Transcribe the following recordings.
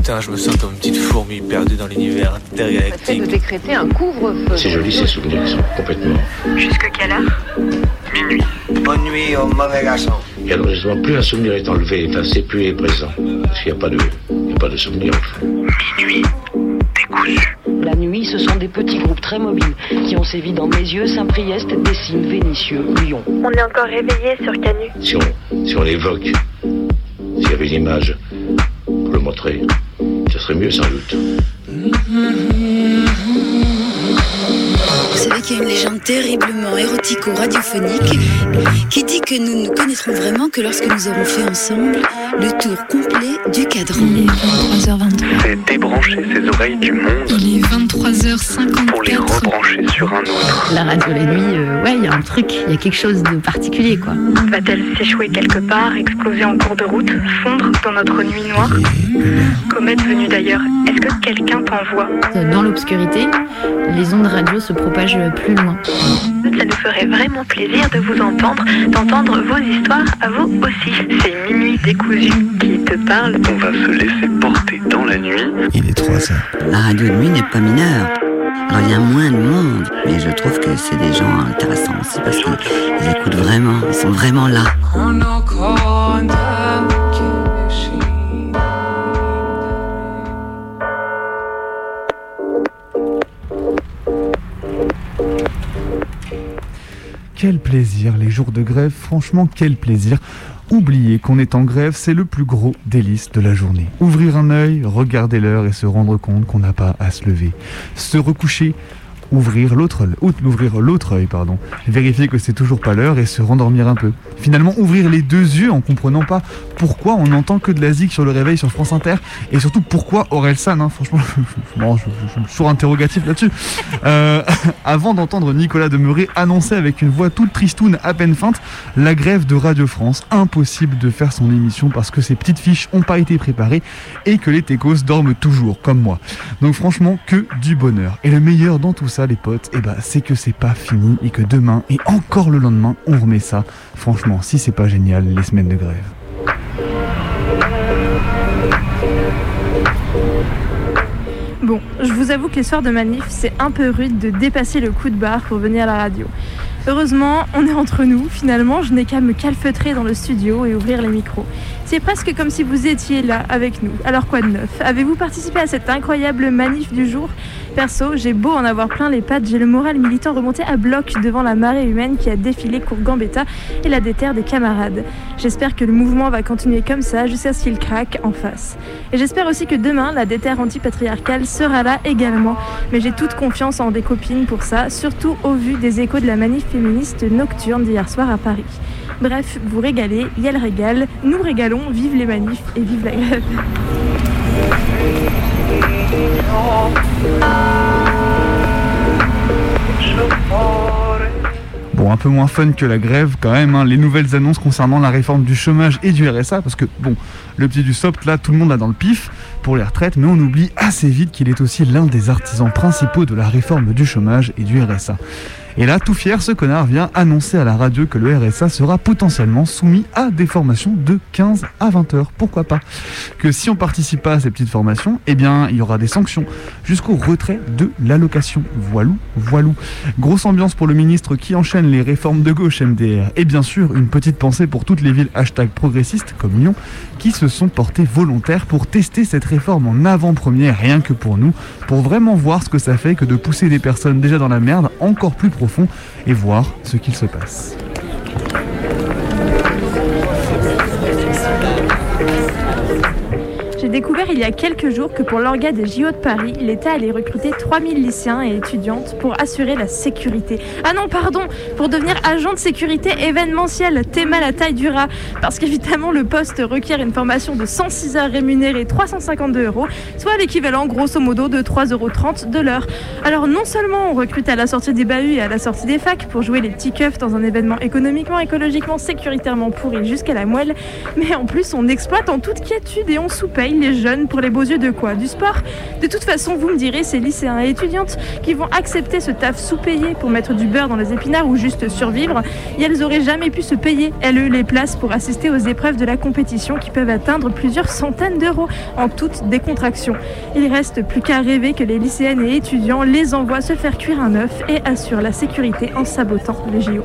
Putain, je me sens comme une petite fourmi perdue dans l'univers intergalactique. Le fait de décréter un couvre-feu. C'est joli ces souvenirs qui sont complètement... Jusque quelle heure? Minuit. Bonne nuit au mauvais garçon. Et alors justement, plus un souvenir est enlevé, enfin c'est plus est présent. Parce qu'il n'y a pas de souvenir en fait. Minuit. Décousu. La nuit, ce sont des petits groupes très mobiles qui ont sévi dans Mézieux, Saint-Priest, Dessines, Vénissieux, Lyon. On est encore réveillé sur Canu. Si on l'évoque, s'il y avait une image pour le montrer, ce serait mieux sans doute. Vous savez qu'il y a une légende terriblement érotico-radiophonique qui dit que nous ne nous connaîtrons vraiment que lorsque nous aurons fait ensemble le tour complet du cadran. Il est 23h23. C'est débrancher ses oreilles du monde. Il est 23h54. Pour les rebrancher sur un autre. La radio la nuit, il y a un truc, il y a quelque chose de particulier, quoi. Va-t-elle s'échouer quelque part, exploser en cours de route, fondre dans notre nuit noire? Comète venue d'ailleurs, est-ce que quelqu'un t'envoie? Dans l'obscurité, les ondes radio se propagent plus loin. Ça nous ferait vraiment plaisir de vous entendre, d'entendre vos histoires à vous aussi. C'est Minuit décousu qui te parle. On va se laisser porter dans la nuit. Il est 3h. La radio de nuit n'est pas mineure. Alors il y a moins de monde, mais je trouve que c'est des gens intéressants aussi parce qu'ils écoutent vraiment, ils sont vraiment là. Quel plaisir, les jours de grève, franchement quel plaisir. Oublier qu'on est en grève, c'est le plus gros délice de la journée. Ouvrir un œil, regarder l'heure et se rendre compte qu'on n'a pas à se lever. Se recoucher, ouvrir l'autre œil, vérifier que c'est toujours pas l'heure et se rendormir un peu. Finalement, ouvrir les deux yeux en comprenant pas pourquoi on n'entend que de la zik sur le réveil sur France Inter et surtout pourquoi Orelsan, franchement, je suis toujours interrogatif là-dessus. Avant d'entendre Nicolas Demeuret annoncer avec une voix toute tristoune à peine feinte la grève de Radio France, impossible de faire son émission parce que ces petites fiches ont pas été préparées et que les techos dorment toujours, comme moi. Donc franchement, que du bonheur. Et le meilleur dans tout ça, les potes, c'est que c'est pas fini et que demain et encore le lendemain, on remet ça. Franchement, si c'est pas génial, les semaines de grève. Bon, je vous avoue que les soirs de manif, c'est un peu rude de dépasser le coup de barre pour venir à la radio. Heureusement, on est entre nous. Finalement, je n'ai qu'à me calfeutrer dans le studio et ouvrir les micros. C'est presque comme si vous étiez là avec nous. Alors quoi de neuf? Avez-vous participé à cette incroyable manif du jour? Perso, j'ai beau en avoir plein les pattes, j'ai le moral militant remonté à bloc devant la marée humaine qui a défilé cours Gambetta et la déterre des camarades. J'espère que le mouvement va continuer comme ça jusqu'à ce qu'il craque en face. Et j'espère aussi que demain, la déterre antipatriarcale sera là également. Mais j'ai toute confiance en des copines pour ça, surtout au vu des échos de la manif féministe nocturne d'hier soir à Paris. Bref, vous régalez, Yel régale, nous régalons, vive les manifs et vive la grève. Bon, un peu moins fun que la grève quand même, les nouvelles annonces concernant la réforme du chômage et du RSA, parce que bon, le petit du SOPT là, tout le monde l'a dans le pif pour les retraites, mais on oublie assez vite qu'il est aussi l'un des artisans principaux de la réforme du chômage et du RSA. Et là, tout fier, ce connard vient annoncer à la radio que le RSA sera potentiellement soumis à des formations de 15 à 20 heures. Pourquoi pas? Que si on participe pas à ces petites formations, il y aura des sanctions jusqu'au retrait de l'allocation. Voilou. Grosse ambiance pour le ministre qui enchaîne les réformes de gauche MDR. Et bien sûr, une petite pensée pour toutes les villes #progressistes comme Lyon qui se sont portées volontaires pour tester cette réforme en avant-première, rien que pour nous, pour vraiment voir ce que ça fait que de pousser des personnes déjà dans la merde encore plus profond et voir ce qu'il se passe. J'ai découvert il y a quelques jours que pour l'orga des JO de Paris, l'État allait recruter 3000 lycéens et étudiantes pour assurer la sécurité. Ah non, pardon, pour devenir agent de sécurité événementiel, théma la taille du rat. Parce qu'évidemment, le poste requiert une formation de 106 heures rémunérée 352 €, soit l'équivalent grosso modo de 3,30 € de l'heure. Alors non seulement on recrute à la sortie des bahuts et à la sortie des facs pour jouer les petits keufs dans un événement économiquement, écologiquement, sécuritairement pourri jusqu'à la moelle, mais en plus on exploite en toute quiétude et on sous-paye les jeunes jeunes pour les beaux yeux de quoi? Du sport? De toute façon, vous me direz, ces lycéens et étudiantes qui vont accepter ce taf sous-payé pour mettre du beurre dans les épinards ou juste survivre, et elles auraient jamais pu se payer, elles, les places pour assister aux épreuves de la compétition qui peuvent atteindre plusieurs centaines d'euros en toute décontraction. Il reste plus qu'à rêver que les lycéennes et étudiants les envoient se faire cuire un œuf et assurent la sécurité en sabotant les JO.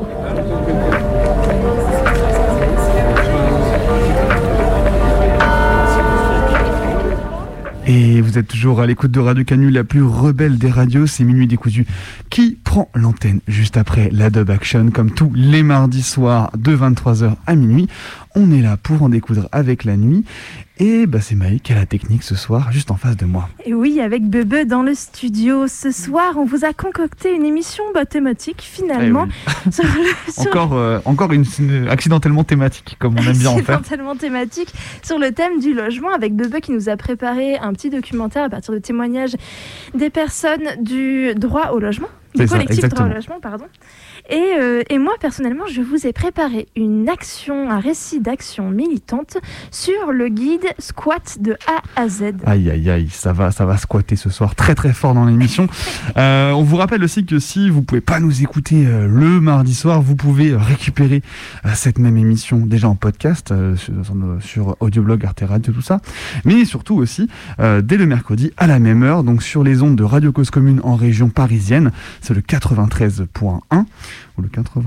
Et vous êtes toujours à l'écoute de Radio Canu, la plus rebelle des radios, c'est Minuit Décousu qui prend l'antenne juste après la Dub Action, comme tous les mardis soirs de 23h à minuit. On est là pour en découdre avec la nuit. Et c'est Maë qui a la technique ce soir, juste en face de moi. Et oui, avec Bebe dans le studio. Ce soir, on vous a concocté une émission thématique, finalement. Eh oui. Encore une accidentellement thématique, comme on aime bien en faire. Accidentellement thématique sur le thème du logement, avec Bebe qui nous a préparé un petit documentaire à partir de témoignages des personnes du droit au logement. Du collectif droit au logement, pardon. Et moi, personnellement, je vous ai préparé un récit d'action militante sur le guide squat de A à Z. Aïe, ça va squatter ce soir très très fort dans l'émission. On vous rappelle aussi que si vous pouvez pas nous écouter le mardi soir, vous pouvez récupérer cette même émission déjà en podcast sur Audioblog, Arte Radio, tout ça. Mais surtout aussi dès le mercredi à la même heure, donc sur les ondes de Radio Cause Commune en région parisienne. C'est le 93.1 ou le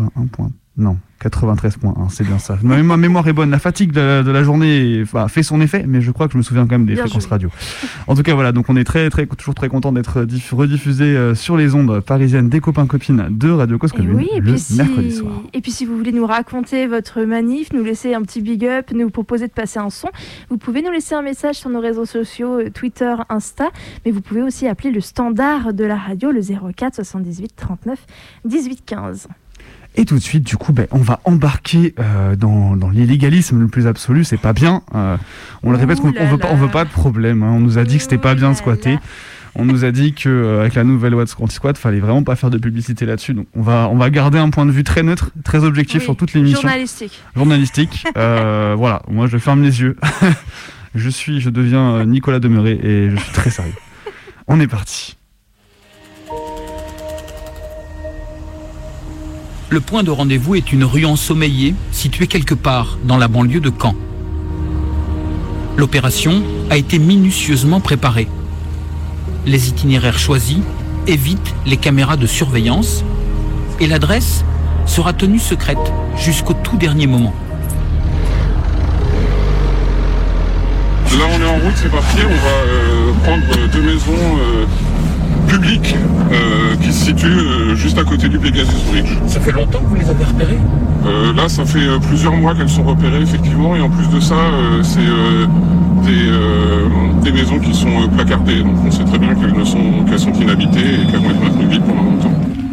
93.1, c'est bien ça. Ma mémoire est bonne, la fatigue de la journée fait son effet, mais je crois que je me souviens quand même des fréquences radio. En tout cas, voilà, donc on est toujours très content d'être rediffusé sur les ondes parisiennes des copains-copines de Radio Cause Commune mercredi soir. Et puis si vous voulez nous raconter votre manif, nous laisser un petit big up, nous proposer de passer un son, vous pouvez nous laisser un message sur nos réseaux sociaux, Twitter, Insta, mais vous pouvez aussi appeler le standard de la radio, le 04 78 39 18 15. Et tout de suite, du coup, on va embarquer dans l'illégalisme le plus absolu. C'est pas bien. On le répète, on veut pas de problème. On nous a dit que c'était pas bien de squatter. On nous a dit qu'avec la nouvelle loi de anti-squat, fallait vraiment pas faire de publicité là-dessus. Donc on va garder un point de vue très neutre, très objectif sur toute l'émission. Journalistique. Voilà. Moi, je ferme les yeux. Je deviens Nicolas Demeuré et je suis très sérieux. On est parti. Le point de rendez-vous est une rue ensommeillée située quelque part dans la banlieue de Caen. L'opération a été minutieusement préparée. Les itinéraires choisis évitent les caméras de surveillance et l'adresse sera tenue secrète jusqu'au tout dernier moment. Là on est en route, c'est parti, on va prendre 2 maisons publiques qui se situent juste à côté du Pegasus Bridge. Ça fait longtemps que vous les avez repérées ? Là ça fait plusieurs mois qu'elles sont repérées effectivement, et en plus de ça c'est des maisons qui sont placardées, donc on sait très bien qu'elles sont inhabitées et qu'elles vont être maintenues vides pendant longtemps.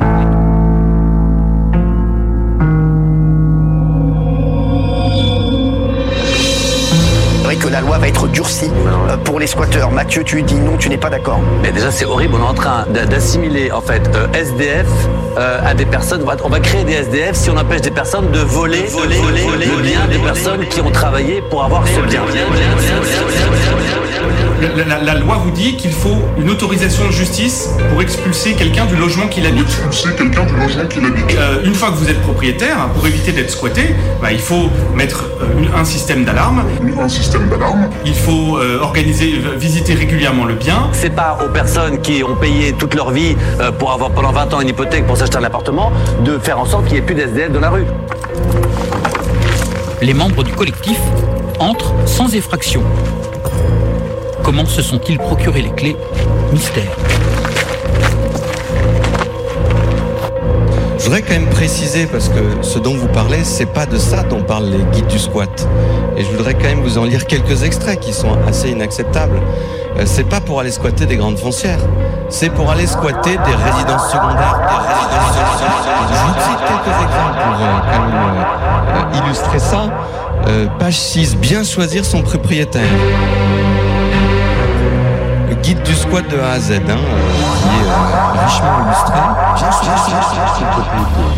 Que la loi va être durcie pour les squatteurs. Mathieu, tu dis non, tu n'es pas d'accord. Mais déjà c'est horrible, on est en train d'assimiler en fait SDF à des personnes. On va créer des SDF si on empêche des personnes de voler le bien des personnes qui ont travaillé pour avoir ce bien. La loi vous dit qu'il faut une autorisation de justice pour expulser quelqu'un du logement qu'il habite. Une fois que vous êtes propriétaire, pour éviter d'être squatté, il faut mettre un système d'alarme. Il faut visiter régulièrement le bien. C'est pas aux personnes qui ont payé toute leur vie pour avoir pendant 20 ans une hypothèque pour s'acheter un appartement de faire en sorte qu'il n'y ait plus d'SDF dans la rue. Les membres du collectif entrent sans effraction. Comment se sont-ils procuré les clés ? Mystère. Je voudrais quand même préciser, parce que ce dont vous parlez, c'est pas de ça dont parlent les guides du squat. Et je voudrais quand même vous en lire quelques extraits qui sont assez inacceptables. C'est pas pour aller squatter des grandes foncières, c'est pour aller squatter des résidences secondaires, Je vous cite quelques exemples pour quand même illustrer ça. Page 6, bien choisir son propriétaire. Le guide du squat de A à Z, qui est richement illustré. Bien choisir son propriétaire.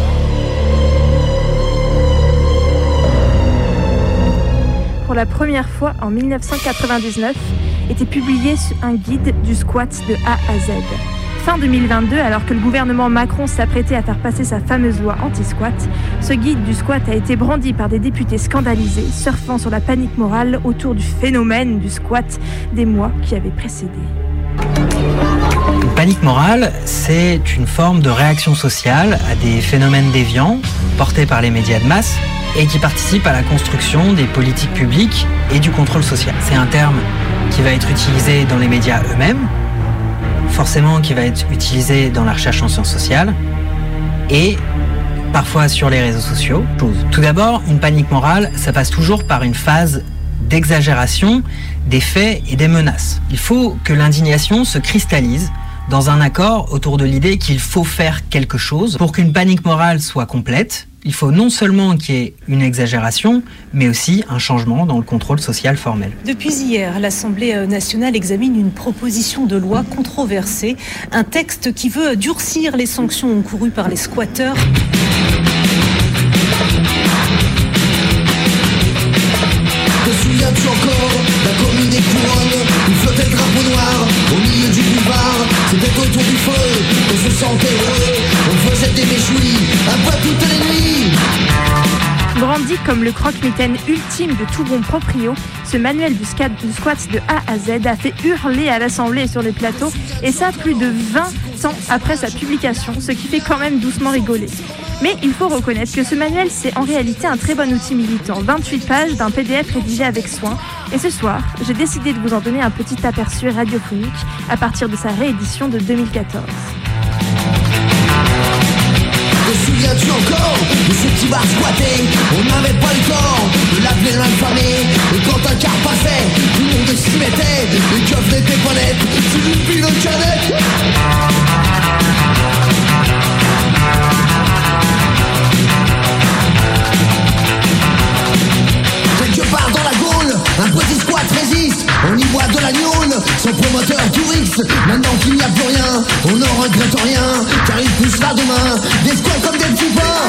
Pour la première fois en 1999, était publié un guide du squat de A à Z. Fin 2022, alors que le gouvernement Macron s'apprêtait à faire passer sa fameuse loi anti-squat, ce guide du squat a été brandi par des députés scandalisés, surfant sur la panique morale autour du phénomène du squat des mois qui avaient précédé. Une panique morale, c'est une forme de réaction sociale à des phénomènes déviants portés par les médias de masse et qui participent à la construction des politiques publiques et du contrôle social. C'est un terme qui va être utilisé dans les médias eux-mêmes, forcément qui va être utilisé dans la recherche en sciences sociales et parfois sur les réseaux sociaux. Tout d'abord, une panique morale, ça passe toujours par une phase d'exagération des faits et des menaces. Il faut que l'indignation se cristallise dans un accord autour de l'idée qu'il faut faire quelque chose. Pour qu'une panique morale soit complète, il faut non seulement qu'il y ait une exagération, mais aussi un changement dans le contrôle social formel. Depuis hier, l'Assemblée nationale examine une proposition de loi controversée, un texte qui veut durcir les sanctions encourues par les squatteurs. Te souviens-tu encore la commune des Couronnes où flottait le drapeau noir au milieu du boulevard? C'était autour du feu, on se sentait heureux, on faisait des méchouilles un peu toutes les nuits. Brandi comme le croque-mitaine ultime de tout bon proprio, ce manuel du squat de A à Z a fait hurler à l'Assemblée et sur les plateaux, et ça plus de 20 ans après sa publication, ce qui fait quand même doucement rigoler. Mais il faut reconnaître que ce manuel, c'est en réalité un très bon outil militant. 28 pages d'un PDF rédigé avec soin. Et ce soir, j'ai décidé de vous en donner un petit aperçu radiophonique à partir de sa réédition de 2014. Te souviens-tu encore de ces petits bars squattés? On n'avait pas le temps de l'appeler l'infamé. Et quand un car passait, tout le monde s'y mettait. Les keufs n'étaient pas nettes, c'est une pile de canettes. Quelque part dans la Gaule, un petit squat résiste. On y voit de la gnôle, son promoteur touriste. Maintenant qu'il n'y a plus rien, on n'en regrette rien, car il poussera demain des squats comme des petits pains.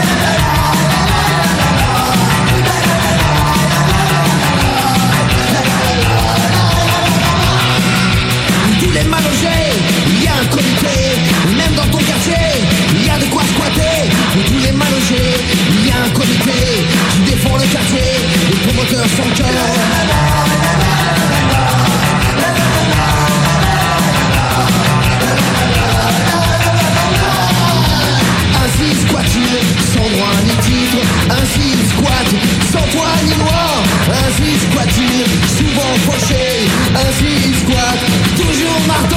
Tous les mal logés, il y a un comité. Et même dans ton quartier, il y a de quoi squatter. Pour tous les mal logés, il y a un comité qui défend le quartier. Les promoteurs sans cœur. Ainsi squat-il, sans droit ni titre. Ainsi squat, sans toi ni moi. Ainsi squat-il, souvent fauché. Ainsi squat, toujours marteau.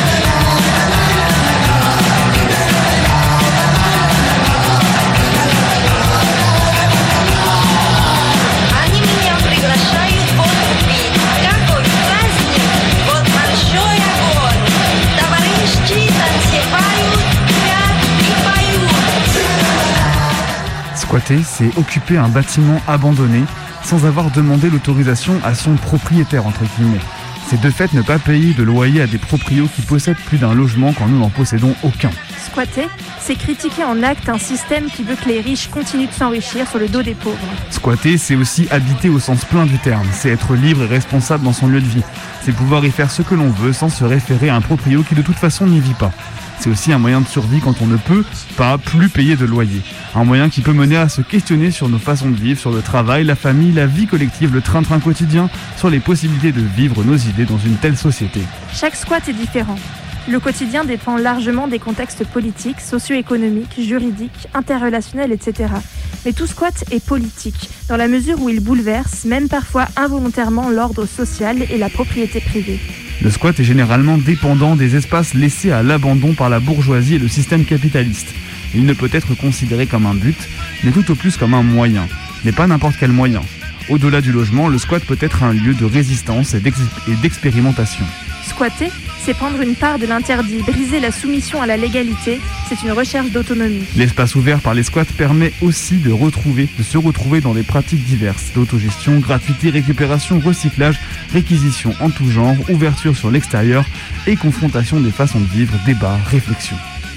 Squatter, c'est occuper un bâtiment abandonné sans avoir demandé l'autorisation à son propriétaire, entre guillemets. C'est de fait ne pas payer de loyer à des proprios qui possèdent plus d'un logement quand nous n'en possédons aucun. Squatter, c'est critiquer en acte un système qui veut que les riches continuent de s'enrichir sur le dos des pauvres. Squatter, c'est aussi habiter au sens plein du terme. C'est être libre et responsable dans son lieu de vie. C'est pouvoir y faire ce que l'on veut sans se référer à un proprio qui de toute façon n'y vit pas. C'est aussi un moyen de survie quand on ne peut pas plus payer de loyer. Un moyen qui peut mener à se questionner sur nos façons de vivre, sur le travail, la famille, la vie collective, le train-train quotidien, sur les possibilités de vivre nos idées dans une telle société. Chaque squat est différent. Le quotidien dépend largement des contextes politiques, socio-économiques, juridiques, interrelationnels, etc. Mais tout squat est politique, dans la mesure où il bouleverse, même parfois involontairement, l'ordre social et la propriété privée. Le squat est généralement dépendant des espaces laissés à l'abandon par la bourgeoisie et le système capitaliste. Il ne peut être considéré comme un but, mais tout au plus comme un moyen. Mais pas n'importe quel moyen. Au-delà du logement, le squat peut être un lieu de résistance et d'expérimentation. Squatter, c'est prendre une part de l'interdit, briser la soumission à la légalité, c'est une recherche d'autonomie. L'espace ouvert par les squats permet aussi de se retrouver dans des pratiques diverses, d'autogestion, gratuité, récupération, recyclage, réquisition en tout genre, ouverture sur l'extérieur et confrontation des façons de vivre, débat, réflexion.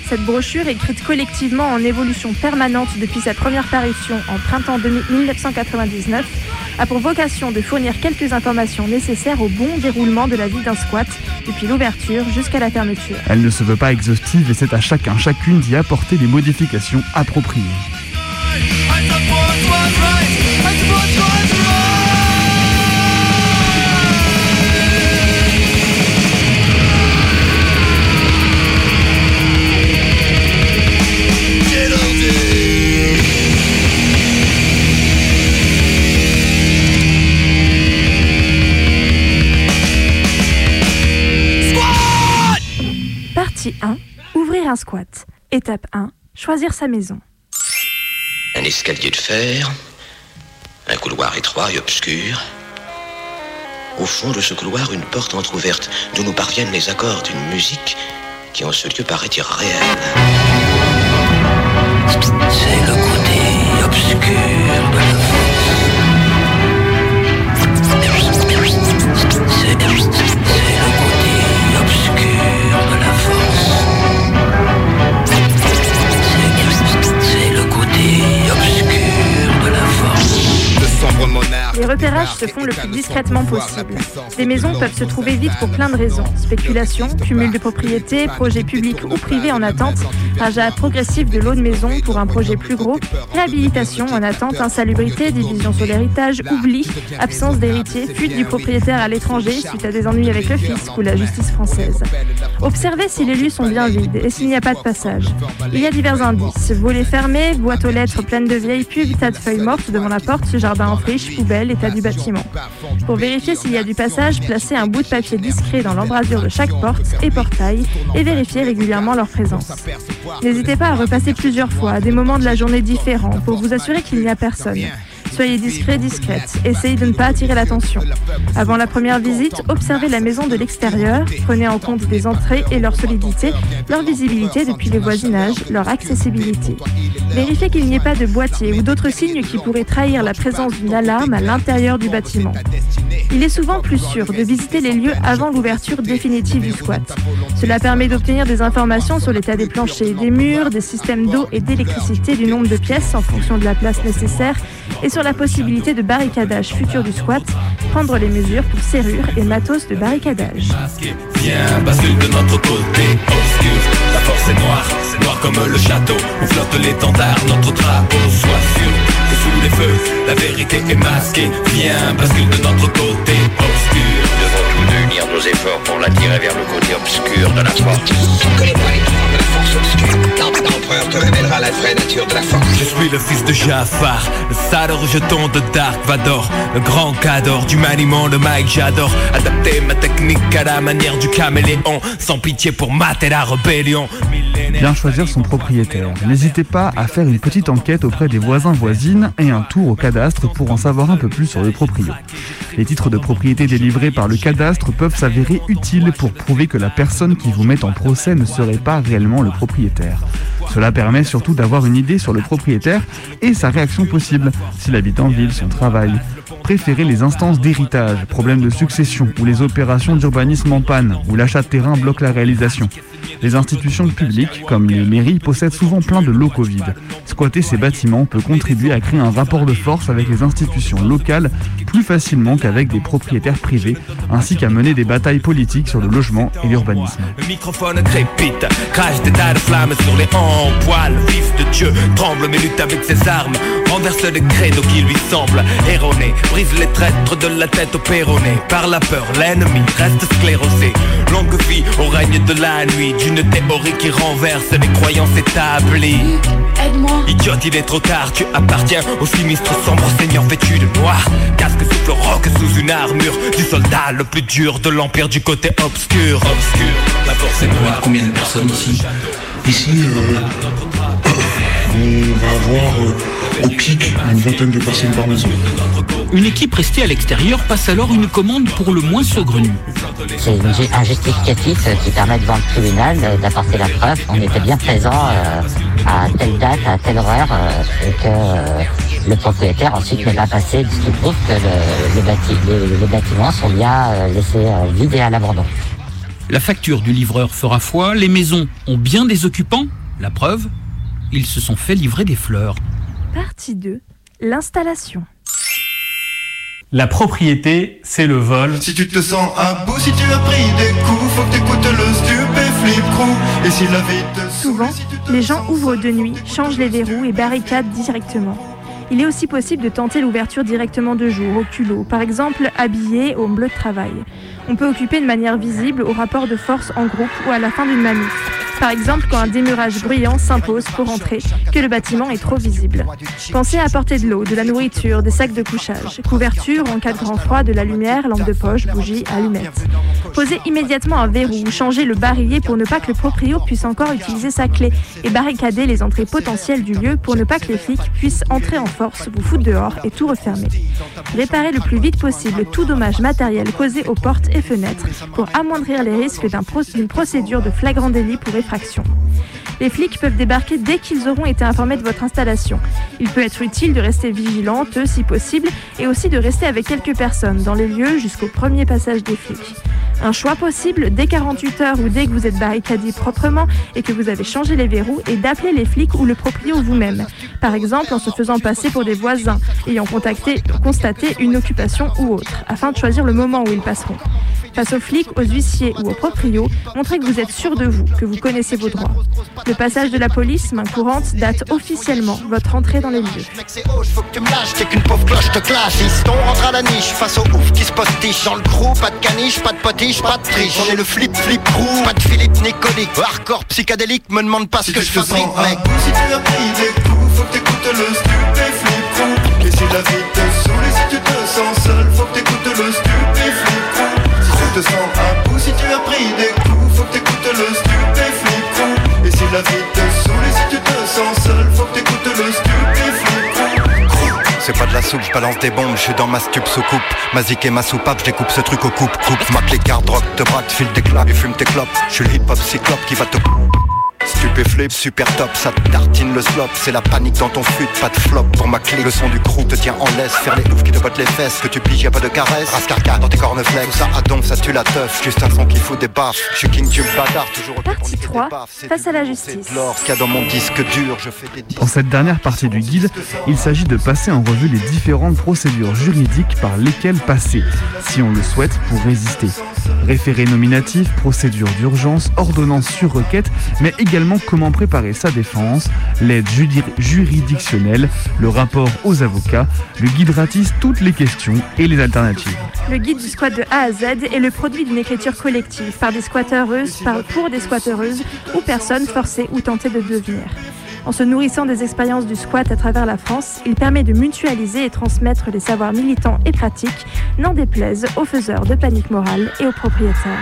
Cette brochure, écrite collectivement en évolution permanente depuis sa première parution en printemps 1999, a pour vocation de fournir quelques informations nécessaires au bon déroulement de la vie d'un squat, depuis l'ouverture jusqu'à la fermeture. Elle ne se veut pas exhaustive et c'est à chacune d'y apporter les modifications appropriées. Partie 1. Ouvrir un squat. Étape 1. Choisir sa maison. Un escalier de fer, un couloir étroit et obscur. Au fond de ce couloir, une porte entr'ouverte d'où nous parviennent les accords d'une musique qui en ce lieu paraît irréelle. C'est le côté obscur de la force. C'est le côté obscur de la force. C'est le côté obscur de la force. Les repérages se font le plus discrètement possible. Les maisons peuvent se trouver vides pour plein de raisons. Spéculation, cumul de propriétés, projets publics ou privés en attente, rachat progressif de lots de maisons pour un projet plus gros, réhabilitation en attente, insalubrité, division sur l'héritage, oubli, absence d'héritier, fuite du propriétaire à l'étranger suite à des ennuis avec le fisc ou la justice française. Observez si les lieux sont bien vides et s'il n'y a pas de passage. Il y a divers indices. Volets fermés, boîtes aux lettres pleines de vieilles pubs, tas de feuilles mortes devant la porte, jardin en friche, poubelle, état du bâtiment. Pour vérifier s'il y a du passage, placez un bout de papier discret dans l'embrasure de chaque porte et portail et vérifiez régulièrement leur présence. N'hésitez pas à repasser plusieurs fois à des moments de la journée différents pour vous assurer qu'il n'y a personne. Soyez discret, discrète. Essayez de ne pas attirer l'attention. Avant la première visite, observez la maison de l'extérieur. Prenez en compte des entrées et leur solidité, leur visibilité depuis le voisinage, leur accessibilité. Vérifiez qu'il n'y ait pas de boîtier ou d'autres signes qui pourraient trahir la présence d'une alarme à l'intérieur du bâtiment. Il est souvent plus sûr de visiter les lieux avant l'ouverture définitive du squat. Cela permet d'obtenir des informations sur l'état des planchers, des murs, des systèmes d'eau et d'électricité, du nombre de pièces en fonction de la place nécessaire et sur la possibilité de barricadage futur du squat, prendre les mesures pour serrures et matos de barricadage. Viens, bascule de notre côté obscur. La force est noire comme le château où flotte l'étendard, notre drapeau. Sois sûr que sous les feux, la vérité est masquée. Viens, bascule de notre côté obscur. Devons tous unir nos efforts pour l'attirer vers le côté obscur de la force. Tu ne connais pas les pouvoirs de la force obscure. L'empereur te révélera la vraie nature de la force. Je suis le fils de Jafar, le sale rejeton de Dark Vador, le grand cador du maniement de Mike. J'adore adapter ma technique à la manière du caméléon, sans pitié pour mater la rébellion. Bien choisir son propriétaire. N'hésitez pas à faire une petite enquête auprès des voisins-voisines et un tour au cadastre pour en savoir un peu plus sur le proprio. Les titres de propriété délivrés par le cadastre peuvent s'avérer utiles pour prouver que la personne qui vous met en procès ne serait pas réellement le propriétaire. Cela permet surtout d'avoir une idée sur le propriétaire et sa réaction possible, s'il habite en ville, son travail. Préférez les instances d'héritage, problèmes de succession ou les opérations d'urbanisme en panne, où l'achat de terrain bloque la réalisation. Les institutions publiques, comme les mairies, possèdent souvent plein de locaux vides. Squatter ces bâtiments peut contribuer à créer un rapport de force avec les institutions locales plus facilement qu'avec des propriétaires privés, ainsi qu'à mener des batailles politiques sur le logement et l'urbanisme. Le microphone crépite, crache des tas de flammes sur les hanches, poil, le fils de Dieu tremble mais lutte avec ses armes, renverse les créneaux qui lui semblent erronés, brise les traîtres de la tête au péroné, par la peur l'ennemi reste sclérosé, longue vie au règne de la nuit, d'une théorie qui renverse les croyances établies. Aide-moi. Idiote, il est trop tard, tu appartiens au sinistre sombre seigneur vêtu de noir, casque souffle roc sous une armure du soldat le plus dur de l'empire du côté obscur. Obscur, la force est noire. Combien de personnes ici? Ici, on va avoir au pic une vingtaine de personnes par maison. Une équipe restée à l'extérieur passe alors une commande pour le moins saugrenue. C'est un justificatif qui permet devant le tribunal d'apporter la preuve. On était bien présent à telle date, à telle heure, et que le propriétaire ensuite n'est pas passé, ce qui prouve que les bâtiments sont bien laissés vides et à l'abandon. La facture du livreur fera foi, les maisons ont bien des occupants. La preuve, ils se sont fait livrer des fleurs. Partie 2, l'installation. La propriété, c'est le vol. Si tu te sens à bout, si tu as pris des coups, faut que t'écoutes le stupéflip crew. Et si la vie te... Souvent, les gens ouvrent de nuit, changent les verrous et barricadent directement. Il est aussi possible de tenter l'ouverture directement de jour, au culot, par exemple habillé au bleu de travail. On peut occuper de manière visible au rapport de force en groupe ou à la fin d'une manif. Par exemple, quand un démurage bruyant s'impose pour entrer, que le bâtiment est trop visible. Pensez à apporter de l'eau, de la nourriture, des sacs de couchage, couverture en cas de grand froid, de la lumière, lampe de poche, bougies, allumettes. Posez immédiatement un verrou ou changez le barillet pour ne pas que le proprio puisse encore utiliser sa clé et barricadez les entrées potentielles du lieu pour ne pas que les flics puissent entrer en force, vous foutre dehors et tout refermer. Réparez le plus vite possible tout dommage matériel causé aux portes et fenêtres pour amoindrir les risques d'une procédure de flagrant délit pour effraction. Les flics peuvent débarquer dès qu'ils auront été informés de votre installation. Il peut être utile de rester vigilante, si possible, et aussi de rester avec quelques personnes dans les lieux jusqu'au premier passage des flics. Un choix possible, dès 48 heures ou dès que vous êtes barricadé proprement et que vous avez changé les verrous, est d'appeler les flics ou le proprio vous-même. Par exemple, en se faisant passer pour des voisins, ayant constaté une occupation ou autre, afin de choisir le moment où ils passeront. Face aux flics, aux huissiers ou aux proprios, montrez que vous êtes sûr de vous, que vous connaissez vos droits. Le passage de la police, main courante, date officiellement votre entrée dans les lieux. Faut que tu me lâches, t'es qu'une pauvre cloche de clash. Fiston rentre à la niche, face au ouf qui se postiche. Dans le crew, pas de caniche, pas de potiche, pas de triche. On est le flip crew, pas de Philippe Nicolique. Hardcore psychédélique, me demande pas ce que je fabrique, mec. Si tu as pris des coups, faut que t'écoutes le stupéflip crew. Et si la vie te saoule et si tu te sens seul, faut que t'écoutes le stupéflip crew. Si tu te sens à bout, si tu as pris des coups, faut que t'écoutes le stupéflip crew. Et si la vie te saoule et si tu te sens seul, faut que t'écoutes le stupéflip crew. C'est pas de la soupe, je balance des bombes, je suis dans ma stup sous coupe. Ma zik et ma soupape, je découpe ce truc au coupe. Mac les cartes, drogue, te braque, file tes claps et fume tes clopes. Je suis le hip-hop cyclope qui va te... Stupéflip, super top, ça te tartine le slop. C'est la panique dans ton fut, pas de flop pour ma clique. Le son du crew te tient en laisse, faire les oufs qui te bottent les fesses. Que tu piges, y'a pas de caresse, rascarca dans tes corneflex. Tout ça à donf, ça tue la teuf, juste un son qui fout des baffes. Je suis king, tu bâtard, toujours... Partie 3, face à la justice. Qu'il y a dans mon disque dur, je fais des disques. Dans cette dernière partie du guide, il s'agit de passer en revue les différentes procédures juridiques par lesquelles passer, si on le souhaite, pour résister. Référé nominatif, procédure d'urgence, ordonnance sur requête, mais également comment préparer sa défense, l'aide juridictionnelle, le rapport aux avocats. Le guide ratisse toutes les questions et les alternatives. Le guide du squat de A à Z est le produit d'une écriture collective par des squatteuses, pour des squatteuses ou personnes forcées ou tentées de devenir. En se nourrissant des expériences du squat à travers la France, il permet de mutualiser et transmettre les savoirs militants et pratiques, n'en déplaise aux faiseurs de panique morale et aux propriétaires.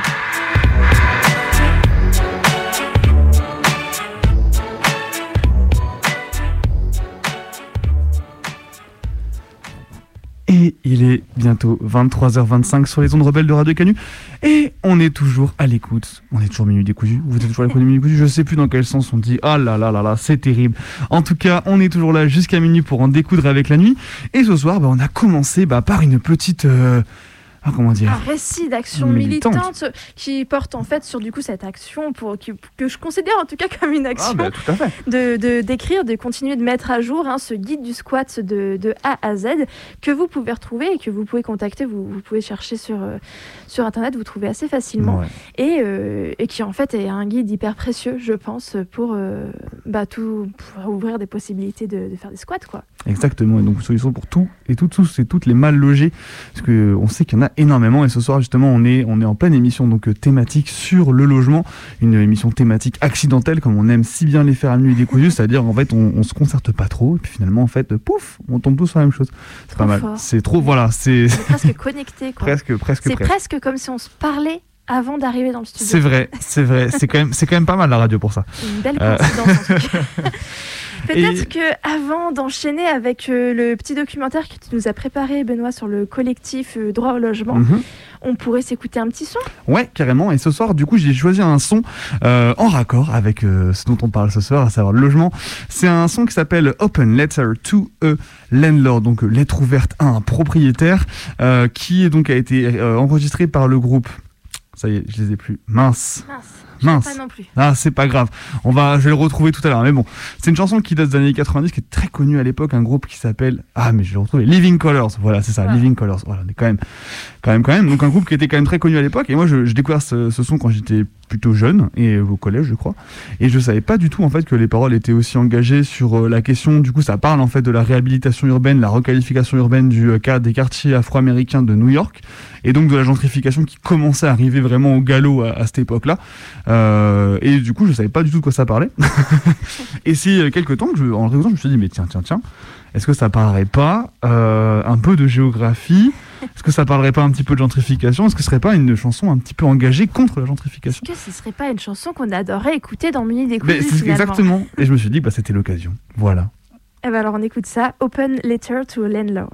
Et il est bientôt 23h25 sur les ondes rebelles de Radio Canu. Et on est toujours à l'écoute. On est toujours Minuit Décousu. Vous êtes toujours à l'écoute de Minuit Décousu. Je sais plus dans quel sens on dit. Ah là là là là, c'est terrible. En tout cas, on est toujours là jusqu'à minuit pour en découdre avec la nuit. Et ce soir, on a commencé par une petite... comment dire, un récit d'action militante qui porte en fait sur du coup cette action que je considère en tout cas comme une action tout à fait. d'écrire, de continuer de mettre à jour ce guide du squat de A à Z que vous pouvez retrouver et que vous pouvez contacter, vous pouvez chercher sur internet, vous trouvez assez facilement et qui en fait est un guide hyper précieux je pense pour ouvrir des possibilités de faire des squats quoi. Exactement, et donc solution pour tout et toutes les mal logés parce qu'on sait qu'il y en a énormément et ce soir justement on est en pleine émission donc thématique sur le logement, une émission thématique accidentelle comme on aime si bien les faire à Nuit Décousu, c'est-à-dire en fait on se concerte pas trop et puis finalement en fait pouf on tombe tous sur la même chose, c'est pas mal, c'est trop c'est presque connecté quoi. C'est presque comme si on se parlait avant d'arriver dans le studio. C'est vrai, c'est quand même pas mal la radio pour ça. C'est une belle coïncidence en tout cas. Peut-être qu'avant d'enchaîner avec le petit documentaire que tu nous as préparé, Benoît, sur le collectif Droit au logement, on pourrait s'écouter un petit son ? Ouais, carrément. Et ce soir, du coup, j'ai choisi un son en raccord avec ce dont on parle ce soir, à savoir le logement. C'est un son qui s'appelle Open Letter to a Landlord, donc lettre ouverte à un propriétaire, qui donc a été enregistré par le groupe Ça y est, je les ai plus. Mince. Pas non plus. Ah, c'est pas grave. Je vais le retrouver tout à l'heure. Mais bon, c'est une chanson qui date des années 90, qui est très connue à l'époque, un groupe qui s'appelle, mais je l'ai retrouvé, Living Colours. Voilà, c'est ça, Living Colours. Voilà, on est quand même. Donc un groupe qui était quand même très connu à l'époque. Et moi, je découvert ce son quand j'étais plutôt jeune et au collège, je crois. Et je savais pas du tout en fait que les paroles étaient aussi engagées sur la question. Du coup, ça parle en fait de la réhabilitation urbaine, la requalification urbaine des quartiers afro-américains de New York. Et donc de la gentrification qui commençait à arriver vraiment au galop à cette époque-là. Et du coup, je savais pas du tout de quoi ça parlait. Et c'est quelques temps que en réécoutant, je me suis dit, mais tiens, est-ce que ça parlerait pas un peu de géographie ? Est-ce que ça parlerait pas un petit peu de gentrification ? Est-ce que ce serait pas une chanson un petit peu engagée contre la gentrification ? Est-ce que ce serait pas une chanson qu'on adorerait écouter dans Minute Découverte finalement ? Exactement. Et je me suis dit, c'était l'occasion. Voilà. Et ben alors on écoute ça. Open Letter to a Landlord.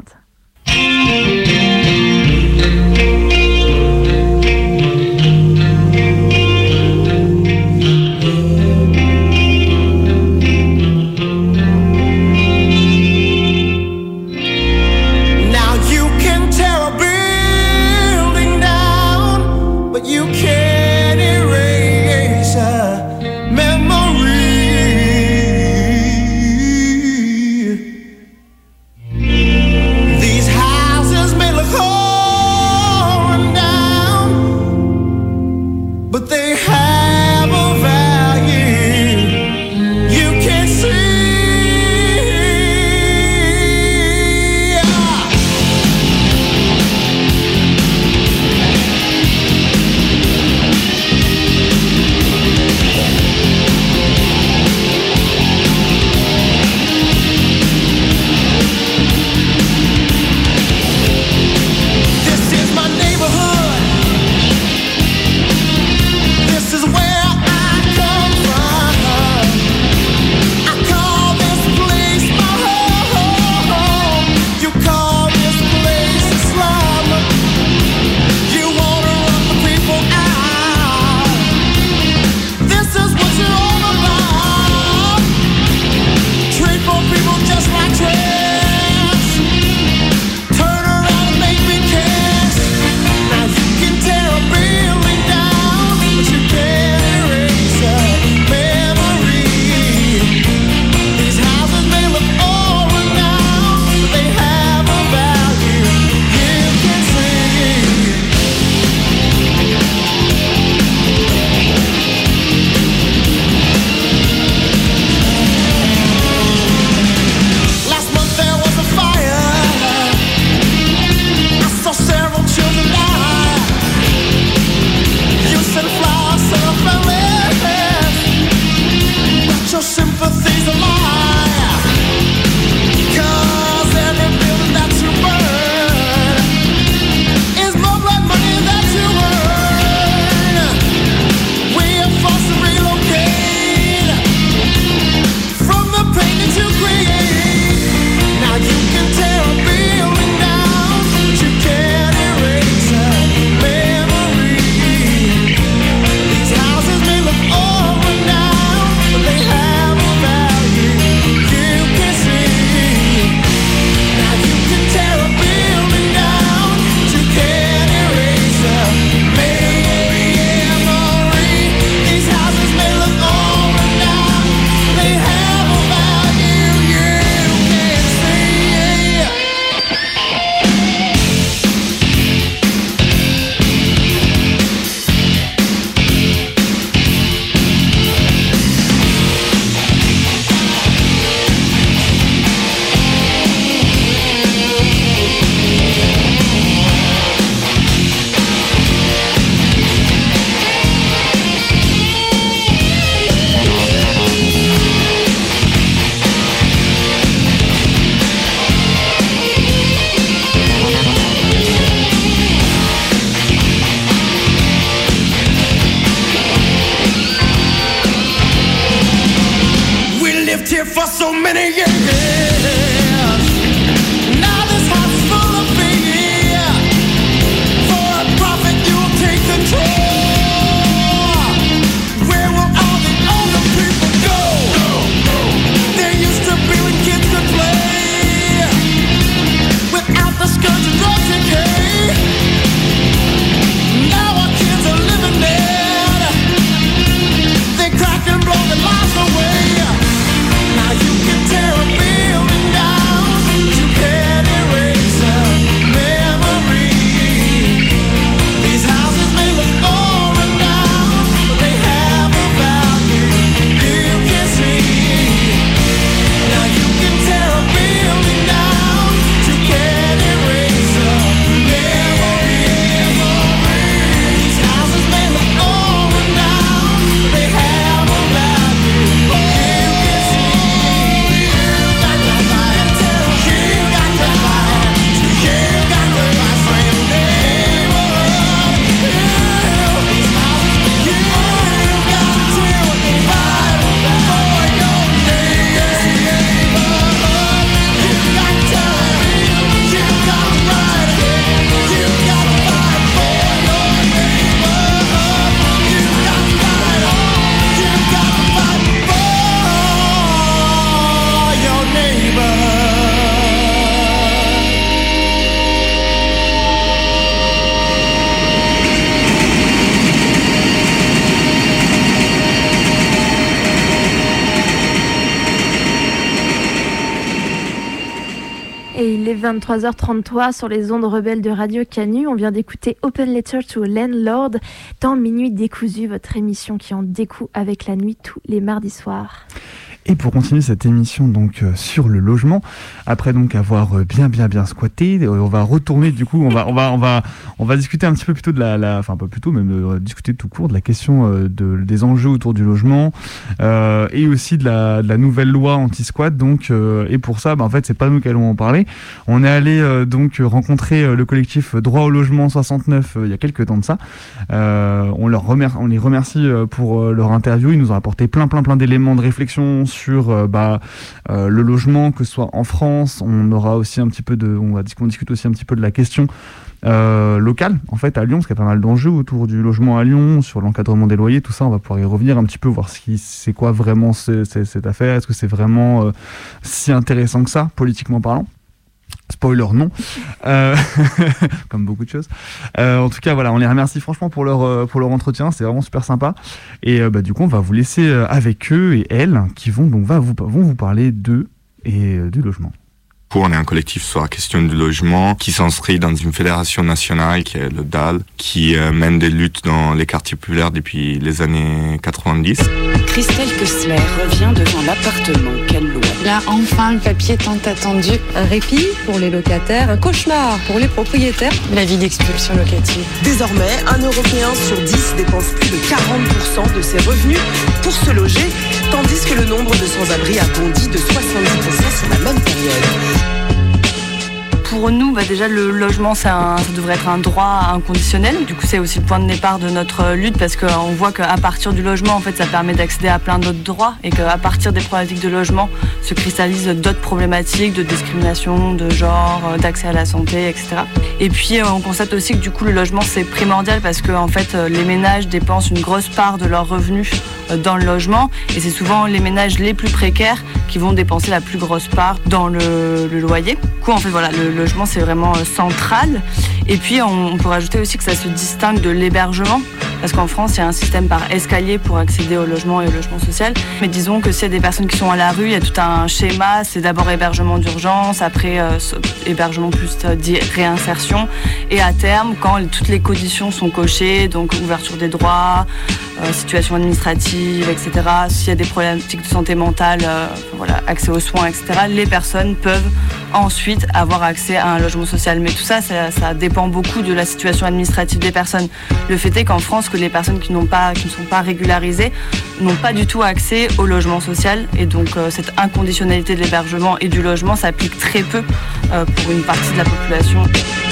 The scourge of drugs and decay. Now our kids are living 23h33 sur les ondes rebelles de Radio Canu. On vient d'écouter Open Letter to a Landlord dans Minuit décousu, votre émission qui en découd avec la nuit tous les mardis soirs. Et pour continuer cette émission donc sur le logement, après donc avoir bien squatté, on va retourner du coup, on va discuter un petit peu plutôt de enfin pas plutôt même discuter tout court de la question des enjeux autour du logement et aussi de la nouvelle loi anti-squat. Donc et pour ça, en fait c'est pas nous qui allons en parler. On est allé donc rencontrer le collectif Droit au logement 69 il y a quelques temps de ça. On les remercie pour leur interview. Ils nous ont apporté plein d'éléments de réflexion sur le logement, que ce soit en France. On aura aussi un petit peu on discute aussi un petit peu de la question locale en fait à Lyon, parce qu'il y a pas mal d'enjeux autour du logement à Lyon, sur l'encadrement des loyers, tout ça. On va pouvoir y revenir un petit peu, voir c'est quoi vraiment cette affaire. Est-ce que c'est vraiment si intéressant que ça, politiquement parlant? Spoiler, non. Comme beaucoup de choses. En tout cas, voilà, on les remercie franchement pour leur entretien. C'est vraiment super sympa. Et du coup, on va vous laisser avec eux et elles qui vont vous parler d'eux et du logement. On est un collectif sur la question du logement qui s'inscrit dans une fédération nationale qui est le DAL, qui mène des luttes dans les quartiers populaires depuis les années 90. Christelle Kessler revient devant l'appartement qu'elle loue. Là, enfin, le papier tant attendu. Un répit pour les locataires, un cauchemar pour les propriétaires. L'avis d'expulsion locative. Désormais, un Européen sur 10 dépense plus de 40% de ses revenus pour se loger, tandis que le nombre de sans-abri a bondi de 70% sur la même période. Pour nous, déjà le logement, ça devrait être un droit inconditionnel. Du coup, c'est aussi le point de départ de notre lutte, parce qu'on voit qu'à partir du logement, en fait, ça permet d'accéder à plein d'autres droits, et qu'à partir des problématiques de logement se cristallisent d'autres problématiques de discrimination, de genre, d'accès à la santé, etc. Et puis, on constate aussi que du coup, le logement, c'est primordial, parce que en fait, les ménages dépensent une grosse part de leurs revenus dans le logement, et c'est souvent les ménages les plus précaires qui vont dépenser la plus grosse part dans le loyer. Du coup, en fait, voilà, le logement, c'est vraiment central. Et puis, on peut rajouter aussi que ça se distingue de l'hébergement, parce qu'en France, il y a un système par escalier pour accéder au logement et au logement social. Mais disons que s'il y a des personnes qui sont à la rue, il y a tout un schéma. C'est d'abord hébergement d'urgence, après hébergement plus dit réinsertion. Et à terme, quand toutes les conditions sont cochées, donc ouverture des droits, situation administrative, etc., s'il y a des problématiques de santé mentale, accès aux soins, etc., les personnes peuvent ensuite avoir accès à un logement social. Mais tout ça dépend beaucoup de la situation administrative des personnes. Le fait est qu'en France, que les personnes qui ne sont pas régularisées n'ont pas du tout accès au logement social, et donc cette inconditionnalité de l'hébergement et du logement s'applique très peu pour une partie de la population.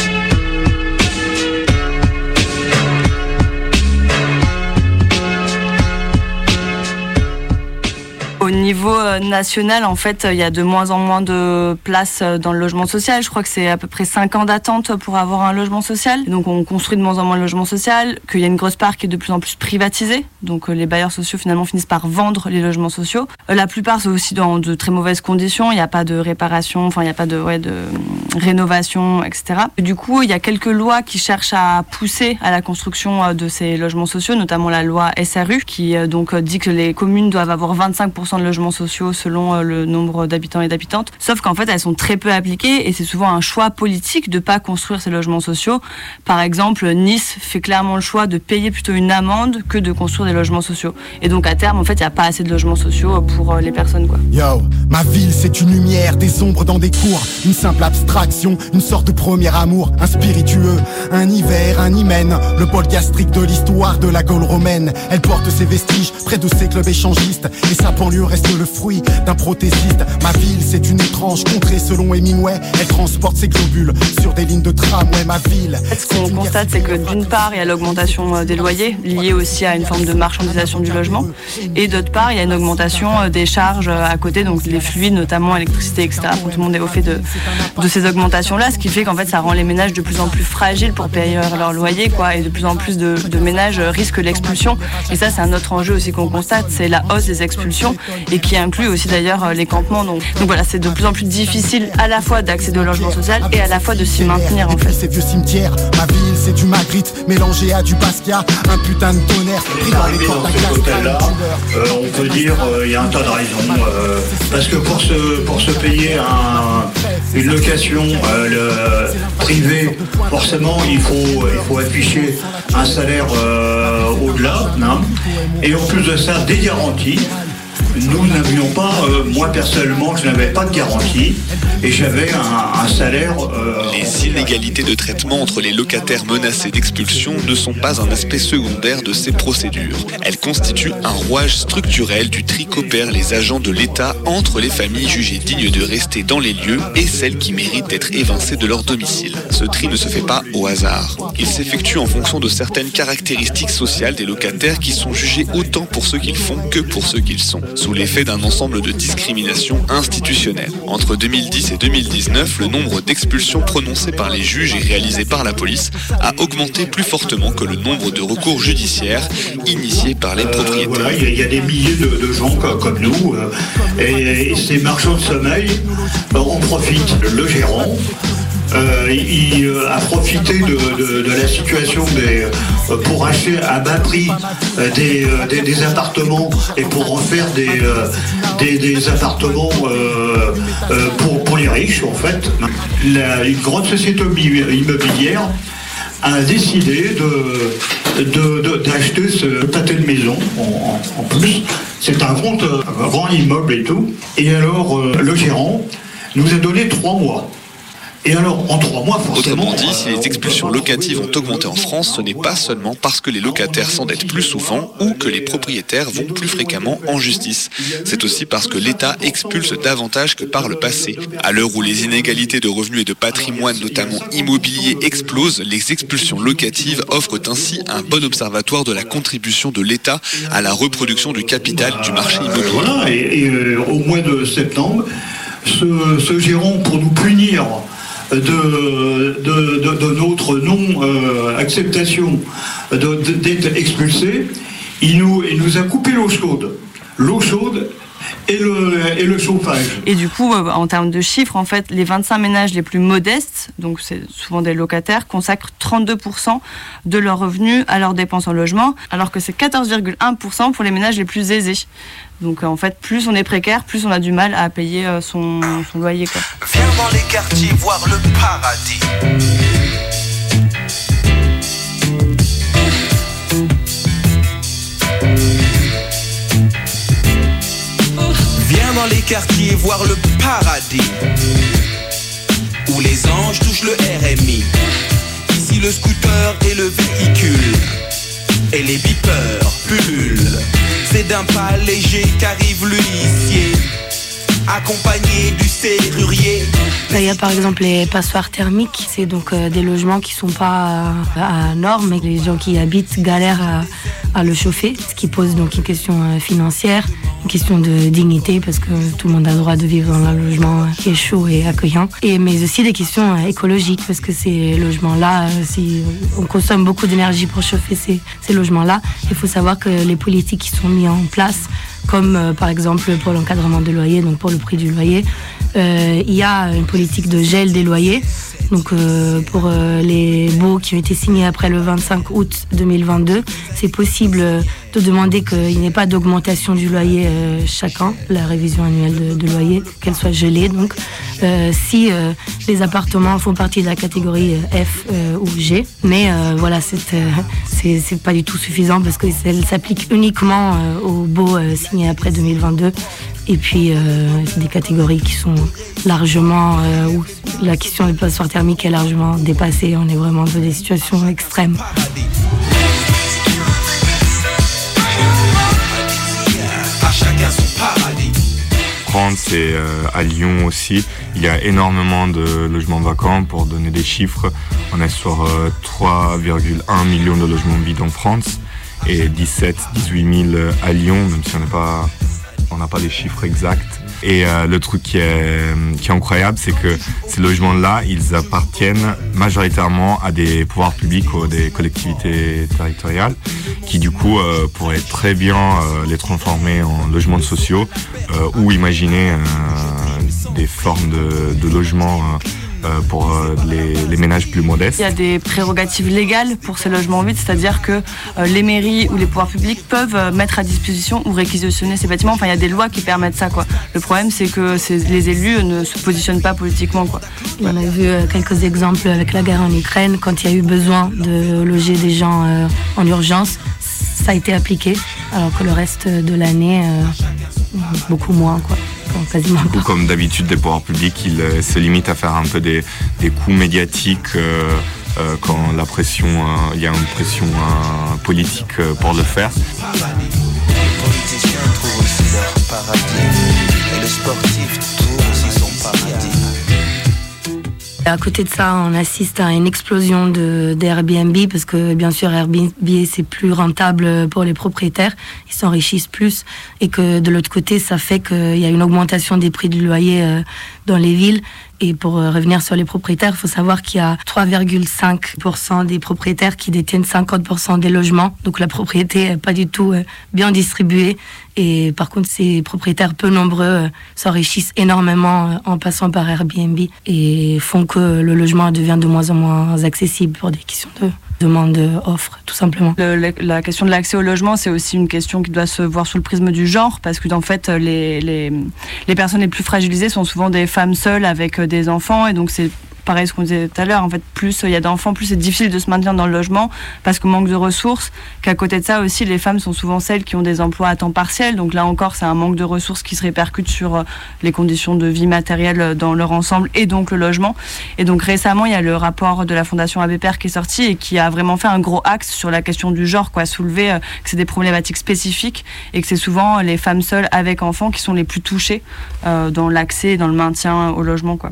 Au niveau national, en fait, il y a de moins en moins de places dans le logement social. Je crois que c'est à peu près 5 ans d'attente pour avoir un logement social. Donc on construit de moins en moins de logement social, qu'il y a une grosse part qui est de plus en plus privatisée. Donc les bailleurs sociaux finalement finissent par vendre les logements sociaux. La plupart sont aussi dans de très mauvaises conditions. Il n'y a pas de réparation, il n'y a pas de rénovation, etc. Et du coup, il y a quelques lois qui cherchent à pousser à la construction de ces logements sociaux, notamment la loi SRU, qui donc dit que les communes doivent avoir 25% de logements sociaux selon le nombre d'habitants et d'habitantes. Sauf qu'en fait, elles sont très peu appliquées, et c'est souvent un choix politique de ne pas construire ces logements sociaux. Par exemple, Nice fait clairement le choix de payer plutôt une amende que de construire des logements sociaux. Et donc à terme, en fait, il n'y a pas assez de logements sociaux pour les personnes, quoi. Yo, ma ville, c'est une lumière, des ombres dans des cours, une simple abstraction, une sorte de premier amour, un spiritueux, un hiver, un hymen, le bol gastrique de l'histoire de la Gaule romaine. Elle porte ses vestiges près de ces clubs échangistes, et sa banlieue reste le fruit d'un prothésiste. Ma ville, c'est une étrange contrée selon Hemingway. Elle transporte ses globules sur des lignes de tramway. Ma ville. Ce qu'on constate, c'est que d'une part, il y a l'augmentation des loyers, liée aussi à une forme de marchandisation du logement, et d'autre part, il y a une augmentation des charges à côté, donc les fluides, notamment électricité, etc. Tout le monde est au fait de ces augmentations-là, ce qui fait qu'en fait, ça rend les ménages de plus en plus fragiles pour payer leur loyer, quoi, et de plus en plus de ménages risquent l'expulsion. Et ça, c'est un autre enjeu aussi qu'on constate, c'est la hausse des expulsions, et qui inclut aussi d'ailleurs les campements. Donc voilà, c'est de plus en plus difficile à la fois d'accéder au logement social et à la fois de s'y maintenir, en fait. Ces vieux cimetières, ma ville, c'est du Magritte mélangé à du Basquiat, un putain de tonnerre pris dans les cordes d'un glace. On peut dire il y a un tas de raisons, parce que pour se payer une location privée, forcément il faut afficher un salaire au-delà, hein. Et en plus de ça, des garanties. Nous n'avions pas, moi personnellement, je n'avais pas de garantie et j'avais un salaire... Les inégalités de traitement entre les locataires menacés d'expulsion ne sont pas un aspect secondaire de ces procédures. Elles constituent un rouage structurel du tri qu'opèrent les agents de l'État entre les familles jugées dignes de rester dans les lieux et celles qui méritent d'être évincées de leur domicile. Ce tri ne se fait pas au hasard. Il s'effectue en fonction de certaines caractéristiques sociales des locataires qui sont jugés autant pour ce qu'ils font que pour ce qu'ils sont, sous l'effet d'un ensemble de discriminations institutionnelles. Entre 2010 et 2019, le nombre d'expulsions prononcées par les juges et réalisées par la police a augmenté plus fortement que le nombre de recours judiciaires initiés par les propriétaires. Voilà, il y a des milliers de gens comme nous, et ces marchands de sommeil en profitent. Le gérant il a profité de la situation pour acheter à bas prix des appartements et pour en faire des appartements pour les riches en fait. Une grande société immobilière a décidé d'acheter ce pâté de maison en plus. C'est un grand immeuble et tout. Et alors le gérant nous a donné 3 mois. Et alors, en 3 mois, forcément... Autrement dit, si les expulsions locatives ont augmenté en France, ce n'est pas seulement parce que les locataires s'endettent plus souvent ou que les propriétaires vont plus fréquemment en justice. C'est aussi parce que l'État expulse davantage que par le passé. À l'heure où les inégalités de revenus et de patrimoine, notamment immobilier, explosent, les expulsions locatives offrent ainsi un bon observatoire de la contribution de l'État à la reproduction du capital du marché immobilier. Voilà, et au mois de septembre, ce gérant, pour nous punir de notre non-acceptation d'être expulsés, il nous a coupé l'eau chaude et le chauffage. Et du coup, en termes de chiffres, en fait, les 25 ménages les plus modestes, donc c'est souvent des locataires, consacrent 32% de leurs revenus à leurs dépenses en logement, alors que c'est 14,1% pour les ménages les plus aisés. Donc en fait, plus on est précaire, plus on a du mal à payer son loyer, quoi. Viens dans les quartiers voir le paradis. Viens dans les quartiers voir le paradis, où les anges touchent le RMI. Ici le scooter et le véhicule, et les beepers pullulent. C'est d'un pas léger qu'arrive l'huissier, accompagné du serrurier. Il y a par exemple les passoires thermiques, c'est donc des logements qui sont pas à normes et les gens qui y habitent galèrent à le chauffer, ce qui pose donc une question financière, une question de dignité parce que tout le monde a le droit de vivre dans un logement qui est chaud et accueillant, mais aussi des questions écologiques parce que ces logements-là, si on consomme beaucoup d'énergie pour chauffer ces logements-là, il faut savoir que les politiques qui sont mises en place, comme par exemple pour l'encadrement de loyer, donc pour le prix du loyer, il y a une politique de gel des loyers. Donc pour les baux qui ont été signés après le 25 août 2022, c'est possible de demander qu'il n'y ait pas d'augmentation du loyer chaque an, la révision annuelle de loyer, qu'elle soit gelée. Donc si les appartements font partie de la catégorie F ou G, mais voilà, c'est pas du tout suffisant parce qu'elle s'applique uniquement aux baux signés après 2022. Et puis, c'est des catégories qui sont largement... où la question des passoires thermiques est largement dépassée. On est vraiment dans des situations extrêmes. France et à Lyon aussi, il y a énormément de logements vacants. Pour donner des chiffres, on est sur 3,1 millions de logements vides en France et 17-18 000 à Lyon, même si on n'a pas les chiffres exacts. Et le truc qui est incroyable, c'est que ces logements-là, ils appartiennent majoritairement à des pouvoirs publics ou des collectivités territoriales qui du coup pourraient très bien les transformer en logements sociaux ou imaginer des formes de logements pour les ménages plus modestes. Il y a des prérogatives légales pour ces logements vides, c'est-à-dire que les mairies ou les pouvoirs publics peuvent mettre à disposition ou réquisitionner ces bâtiments. Enfin, il y a des lois qui permettent ça, quoi. Le problème, c'est que les élus ne se positionnent pas politiquement, quoi. On a vu quelques exemples avec la guerre en Ukraine, quand il y a eu besoin de loger des gens en urgence, ça a été appliqué, alors que le reste de l'année, beaucoup moins, quoi. Quasiment pas. Ou comme d'habitude des pouvoirs publics, ils se limitent à faire un peu des coups médiatiques quand il y a une pression politique pour le faire. Les politiciens trouvent aussi leur paradis et les sportifs trouvent aussi son paradis. À côté de ça, on assiste à une explosion d'Airbnb parce que bien sûr Airbnb c'est plus rentable pour les propriétaires, ils s'enrichissent plus, et que de l'autre côté ça fait qu'il y a une augmentation des prix du loyer dans les villes. Et pour revenir sur les propriétaires, il faut savoir qu'il y a 3,5% des propriétaires qui détiennent 50% des logements. Donc la propriété n'est pas du tout bien distribuée. Et par contre, ces propriétaires peu nombreux s'enrichissent énormément en passant par Airbnb et font que le logement devient de moins en moins accessible pour des questions de demande-offre, tout simplement. La question de l'accès au logement, c'est aussi une question qui doit se voir sous le prisme du genre, parce que en fait, les personnes les plus fragilisées sont souvent des femmes seules avec des enfants, et donc c'est pareil ce qu'on disait tout à l'heure, en fait, plus il y a d'enfants, plus c'est difficile de se maintenir dans le logement parce qu'on manque de ressources, qu'à côté de ça aussi, les femmes sont souvent celles qui ont des emplois à temps partiel, donc là encore, c'est un manque de ressources qui se répercute sur les conditions de vie matérielle dans leur ensemble et donc le logement. Et donc récemment, il y a le rapport de la Fondation Abbé Pierre qui est sorti et qui a vraiment fait un gros axe sur la question du genre, quoi, soulever que c'est des problématiques spécifiques et que c'est souvent les femmes seules avec enfants qui sont les plus touchées dans l'accès et dans le maintien au logement, quoi.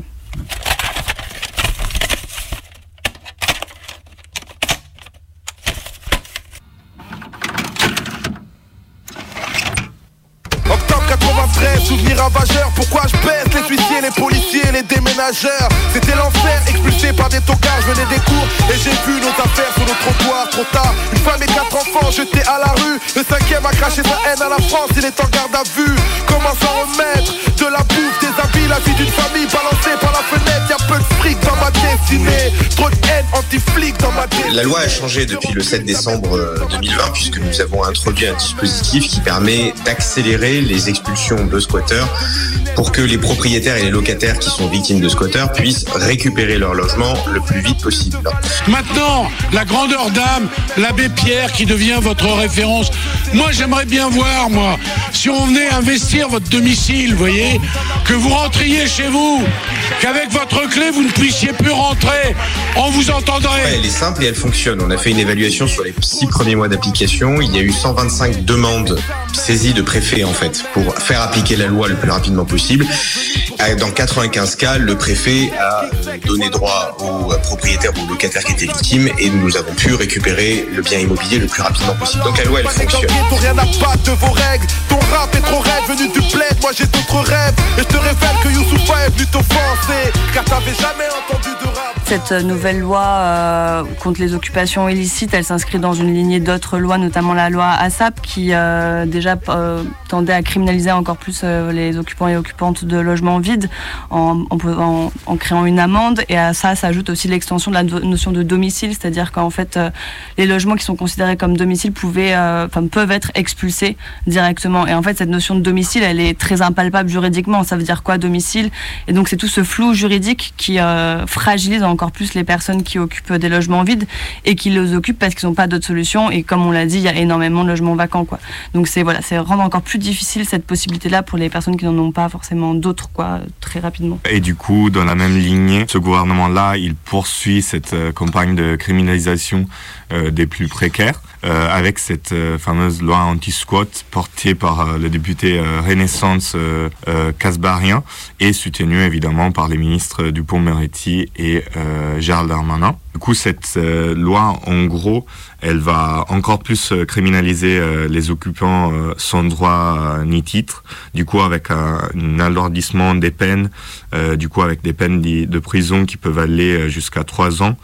Souvenir ravageur, pourquoi je baisse les huissiers, les policiers, les déménageurs. C'était l'enfer, expulsé par des tocards, je venais des cours et j'ai vu nos affaires sur le trottoir. Trop tard, une femme et 4 enfants jetés à la rue. Le 5e a craché sa haine à la France, il est en garde à vue. Comment s'en remettre? De la bouffe, des habits, la vie d'une famille balancée par la fenêtre. Y'a peu de fric dans ma destinée, trop de haine anti-flic dans ma destinée. La loi a changé depuis le 7 décembre 2020 puisque nous avons introduit un dispositif qui permet d'accélérer les expulsions de squatteurs pour que les propriétaires et les locataires qui sont victimes de squatteurs puissent récupérer leur logement le plus vite possible. Maintenant, la grandeur d'âme, l'abbé Pierre qui devient votre référence. Moi, j'aimerais bien voir, si on venait investir votre domicile, vous voyez, que vous rentriez chez vous, qu'avec votre clé, vous ne puissiez plus rentrer, on vous entendrait. Ouais, elle est simple et elle fonctionne. On a fait une évaluation sur les 6 premiers mois d'application. Il y a eu 125 demandes saisies de préfets, en fait, pour faire appliquer la loi le plus rapidement possible. Dans 95 cas, le préfet a donné droit aux propriétaires ou aux locataires qui étaient victimes et nous avons pu récupérer le bien immobilier le plus rapidement possible. Donc la loi, elle fonctionne. Rien à battre de vos règles. Ton rap est trop raide, venu du bled. Moi j'ai d'autres rêves. Et je te révèle que Youssoufa est venu t'offenser, car t'avais jamais entendu de rap. Cette nouvelle loi contre les occupations illicites, elle s'inscrit dans une lignée d'autres lois, notamment la loi ASAP, qui déjà tendait à criminaliser encore plus les occupants et occupantes de logements vides en créant une amende. Et à ça s'ajoute aussi l'extension de la notion de domicile, c'est-à-dire qu'en fait les logements qui sont considérés comme domicile peuvent être expulsés directement. Et en fait cette notion de domicile, elle est très impalpable juridiquement. Ça veut dire quoi, domicile? Et donc c'est tout ce flou juridique qui fragilise encore plus les personnes qui occupent des logements vides et qui les occupent parce qu'ils n'ont pas d'autres solutions. Et comme on l'a dit, il y a énormément de logements vacants, quoi. Donc c'est rendre encore plus difficile cette possibilité-là pour les personnes qui n'en ont pas forcément d'autres, quoi, très rapidement. Et du coup, dans la même lignée, ce gouvernement-là, il poursuit cette campagne de criminalisation des plus précaires avec cette fameuse loi anti-squat portée par le député Renaissance Kasbarian et soutenue évidemment par les ministres Dupond-Moretti et Gérald Darmanin. Du coup, cette loi, en gros, elle va encore plus criminaliser les occupants sans droit ni titre, du coup avec un alourdissement des peines, du coup avec des peines de prison qui peuvent aller jusqu'à 3 ans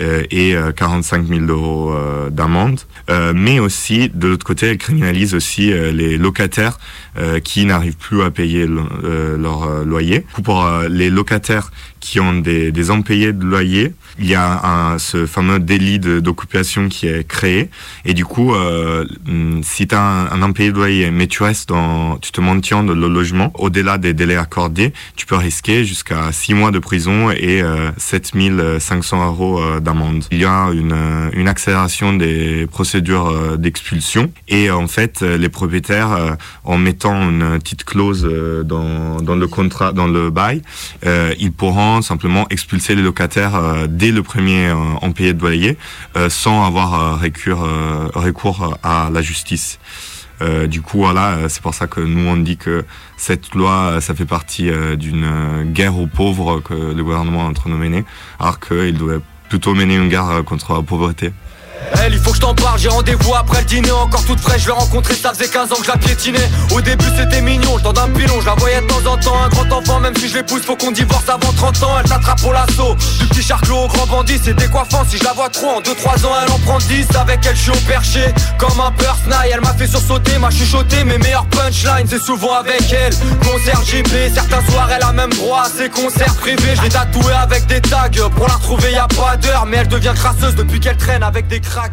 et 45 000 euros d'amende. Mais aussi, de l'autre côté, elle criminalise aussi les locataires qui n'arrivent plus à payer leur loyer. Du coup, pour les locataires qui ont des impayés de loyer, il y a ce fameux délit d'occupation qui est créé. Et du coup, si tu as un impayé de loyer, mais tu te maintiens dans le logement, au-delà des délais accordés, tu peux risquer jusqu'à 6 mois de prison et 7 500 € d'amende. Il y a une accélération des procédures d'expulsion. Et en fait, les propriétaires, en mettant une petite clause dans le contrat, dans le bail, ils pourront simplement expulser les locataires dès le premier impayé de loyer sans avoir recours à la justice. Du coup, voilà, c'est pour ça que nous on dit que cette loi, ça fait partie d'une guerre aux pauvres que le gouvernement est en train de mener, alors qu'il devrait plutôt mener une guerre contre la pauvreté. Elle, il faut que je t'en parle, j'ai rendez-vous après le dîner. Encore toute fraîche, je l'ai rencontrée, ça faisait 15 ans que je la piétinais. Au début c'était mignon, le temps d'un pilon, je la voyais de temps en temps. Un grand enfant, même si je l'épouse, faut qu'on divorce avant 30 ans. Elle t'attrape au lasso, du petit charclot au grand bandit. C'est décoiffant, si je la vois trop, en 2-3 ans elle en prend 10. Avec elle je suis au perché, comme un Persnaille. Elle m'a fait sursauter, m'a chuchoté mes meilleurs punchlines. C'est souvent avec elle, concert JP. Certains soirs elle a même droit à ses concerts privés. Je l'ai tatoué avec des tags, pour la retrouver y a pas d'heure. Mais elle devient crasseuse depuis qu'elle traîne avec des craqueurs.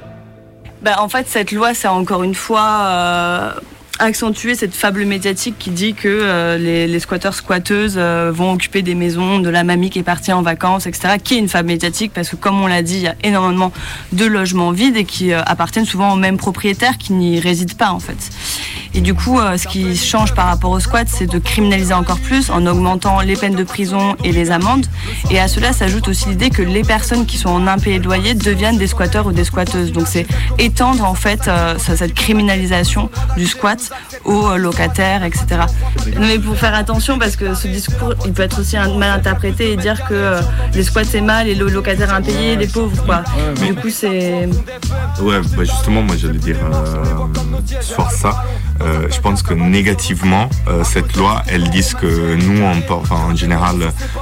En fait, cette loi, c'est encore une fois accentuer cette fable médiatique qui dit que les squatteurs squatteuses vont occuper des maisons de la mamie qui est partie en vacances, etc. Qui est une fable médiatique parce que, comme on l'a dit, il y a énormément de logements vides et qui appartiennent souvent aux mêmes propriétaires qui n'y résident pas en fait. Et du coup, ce qui change par rapport au squat, c'est de criminaliser encore plus en augmentant les peines de prison et les amendes. Et à cela s'ajoute aussi l'idée que les personnes qui sont en impayé de loyer deviennent des squatteurs ou des squatteuses. Donc c'est étendre en fait cette criminalisation du squat aux locataires, etc. Mais pour faire attention, parce que ce discours, il peut être aussi mal interprété et dire que les squats c'est mal et les locataires impayés, les pauvres, quoi. Du coup, c'est... Ouais, justement, moi j'allais dire sur ça. Je pense que négativement, cette loi, elle dit que nous, en général,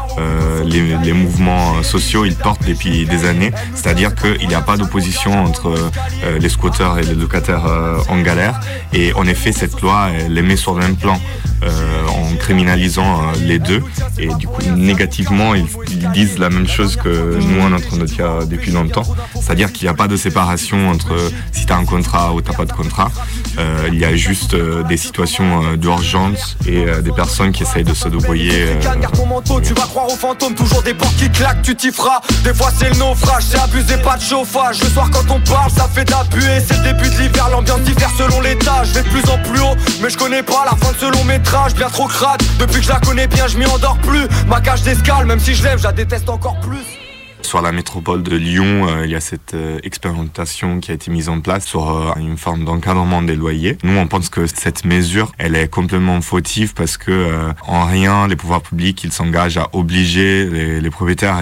les mouvements sociaux, ils portent depuis des années. C'est-à-dire qu'il n'y a pas d'opposition entre les squatteurs et les locataires en galère. Et en effet, cette loi, elle les met sur le même plan en criminalisant les deux. Et du coup, négativement, ils disent la même chose que nous, on est en train de dire depuis longtemps. C'est-à-dire qu'il n'y a pas de séparation entre si tu as un contrat ou tu n'as pas de contrat. Il y a juste des situations d'urgence et des personnes qui essayent de se débrouiller. Garde ton manteau, tu vas croire aux fantômes, toujours des portes qui claquent, tu t'y feras. Des fois c'est le naufrage, c'est abusé, pas de chauffage. Le soir quand on parle, ça fait d'appuyer. C'est le début de l'hiver, l'ambiance diffère selon l'étage. Je vais de plus en plus haut, mais je connais pas la fin de ce long métrage. Bien trop crade, depuis que je la connais bien, je m'y endors plus. Ma cage d'escale, même si je l'aime, je la déteste encore plus. Sur la métropole de Lyon, il y a cette expérimentation qui a été mise en place sur une forme d'encadrement des loyers. Nous, on pense que cette mesure, elle est complètement fautive parce que en rien, les pouvoirs publics, ils s'engagent à obliger les propriétaires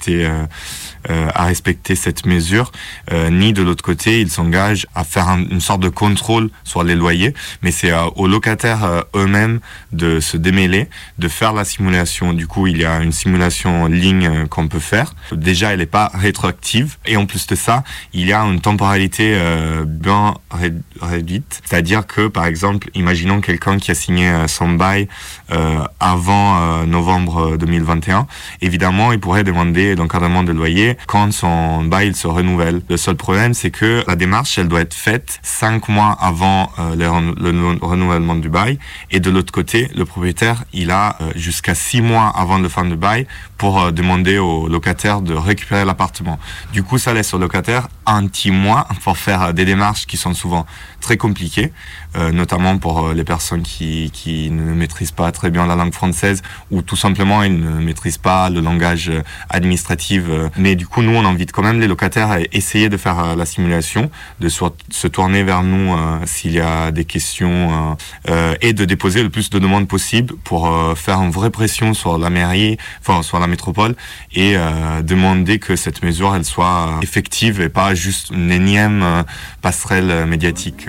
à respecter cette mesure, ni de l'autre côté, ils s'engagent à faire une sorte de contrôle sur les loyers, mais c'est aux locataires eux-mêmes de se démêler, de faire la simulation. Du coup, il y a une simulation en ligne qu'on peut faire. Déjà, elle n'est pas rétroactive, et en plus de ça, il y a une temporalité bien réduite, c'est-à-dire que, par exemple, imaginons quelqu'un qui a signé son bail avant novembre 2021, évidemment, il pourrait demander l'encadrement de loyer quand son bail se renouvelle. Le seul problème, c'est que la démarche, elle doit être faite 5 mois avant le renouvellement du bail. Et de l'autre côté, le propriétaire, il a jusqu'à 6 mois avant le fin du bail pour demander au locataire de récupérer l'appartement. Du coup, ça laisse au locataire un petit mois pour faire des démarches qui sont souvent très compliquées, notamment pour les personnes qui ne maîtrisent pas très bien la langue française ou tout simplement ils ne maîtrisent pas le langage administratif. Mais du coup, nous, on invite quand même les locataires à essayer de faire la simulation, de se tourner vers nous s'il y a des questions et de déposer le plus de demandes possible pour faire une vraie pression sur la mairie, enfin sur la métropole et demander que cette mesure elle soit effective et pas juste une énième passerelle médiatique.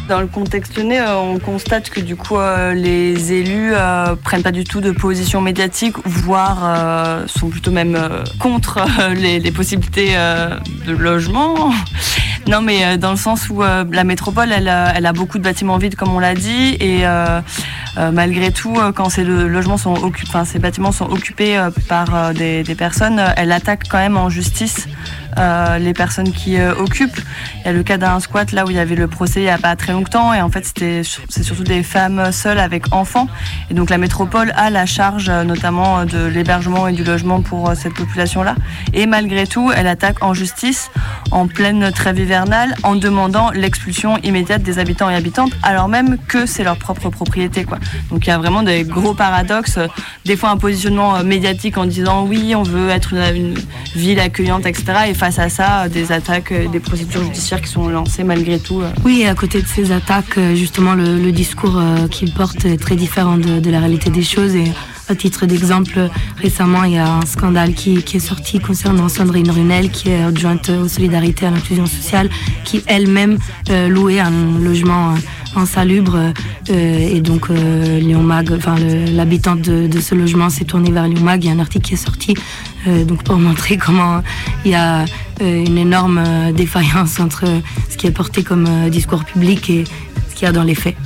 Dans le contexte lyonnais, on constate que du coup, les élus prennent pas du tout de position médiatique, voire sont plutôt même contre les possibilités de logement. Non, mais dans le sens où la métropole, elle a beaucoup de bâtiments vides, comme on l'a dit, et malgré tout, quand ces bâtiments sont occupés par des personnes, elle attaque quand même en justice les personnes qui occupent. Il y a le cas d'un squat là où il y avait le procès il n'y a pas très longtemps, et en fait c'est surtout des femmes seules avec enfants, et donc la métropole a la charge notamment de l'hébergement et du logement pour cette population là, et malgré tout elle attaque en justice en pleine trêve hivernale en demandant l'expulsion immédiate des habitants et habitantes, alors même que c'est leur propre propriété, quoi. Donc il y a vraiment des gros paradoxes, des fois un positionnement médiatique en disant oui on veut être une ville accueillante, etc., et face à ça des attaques, des procédures judiciaires qui sont lancées malgré tout. Oui, et à côté de ces attaques, justement le discours qu'ils portent est très différent de la réalité des choses. Et à titre d'exemple, récemment, il y a un scandale qui est sorti concernant Sandrine Runel, qui est adjointe aux solidarités et à l'inclusion sociale, qui elle-même louait un logement insalubre, et donc Lyon Mag, l'habitante de ce logement s'est tournée vers Lyon Mag. Il y a un article qui est sorti donc pour montrer comment il y a une énorme défaillance entre ce qui est porté comme discours public et ce qu'il y a dans les faits.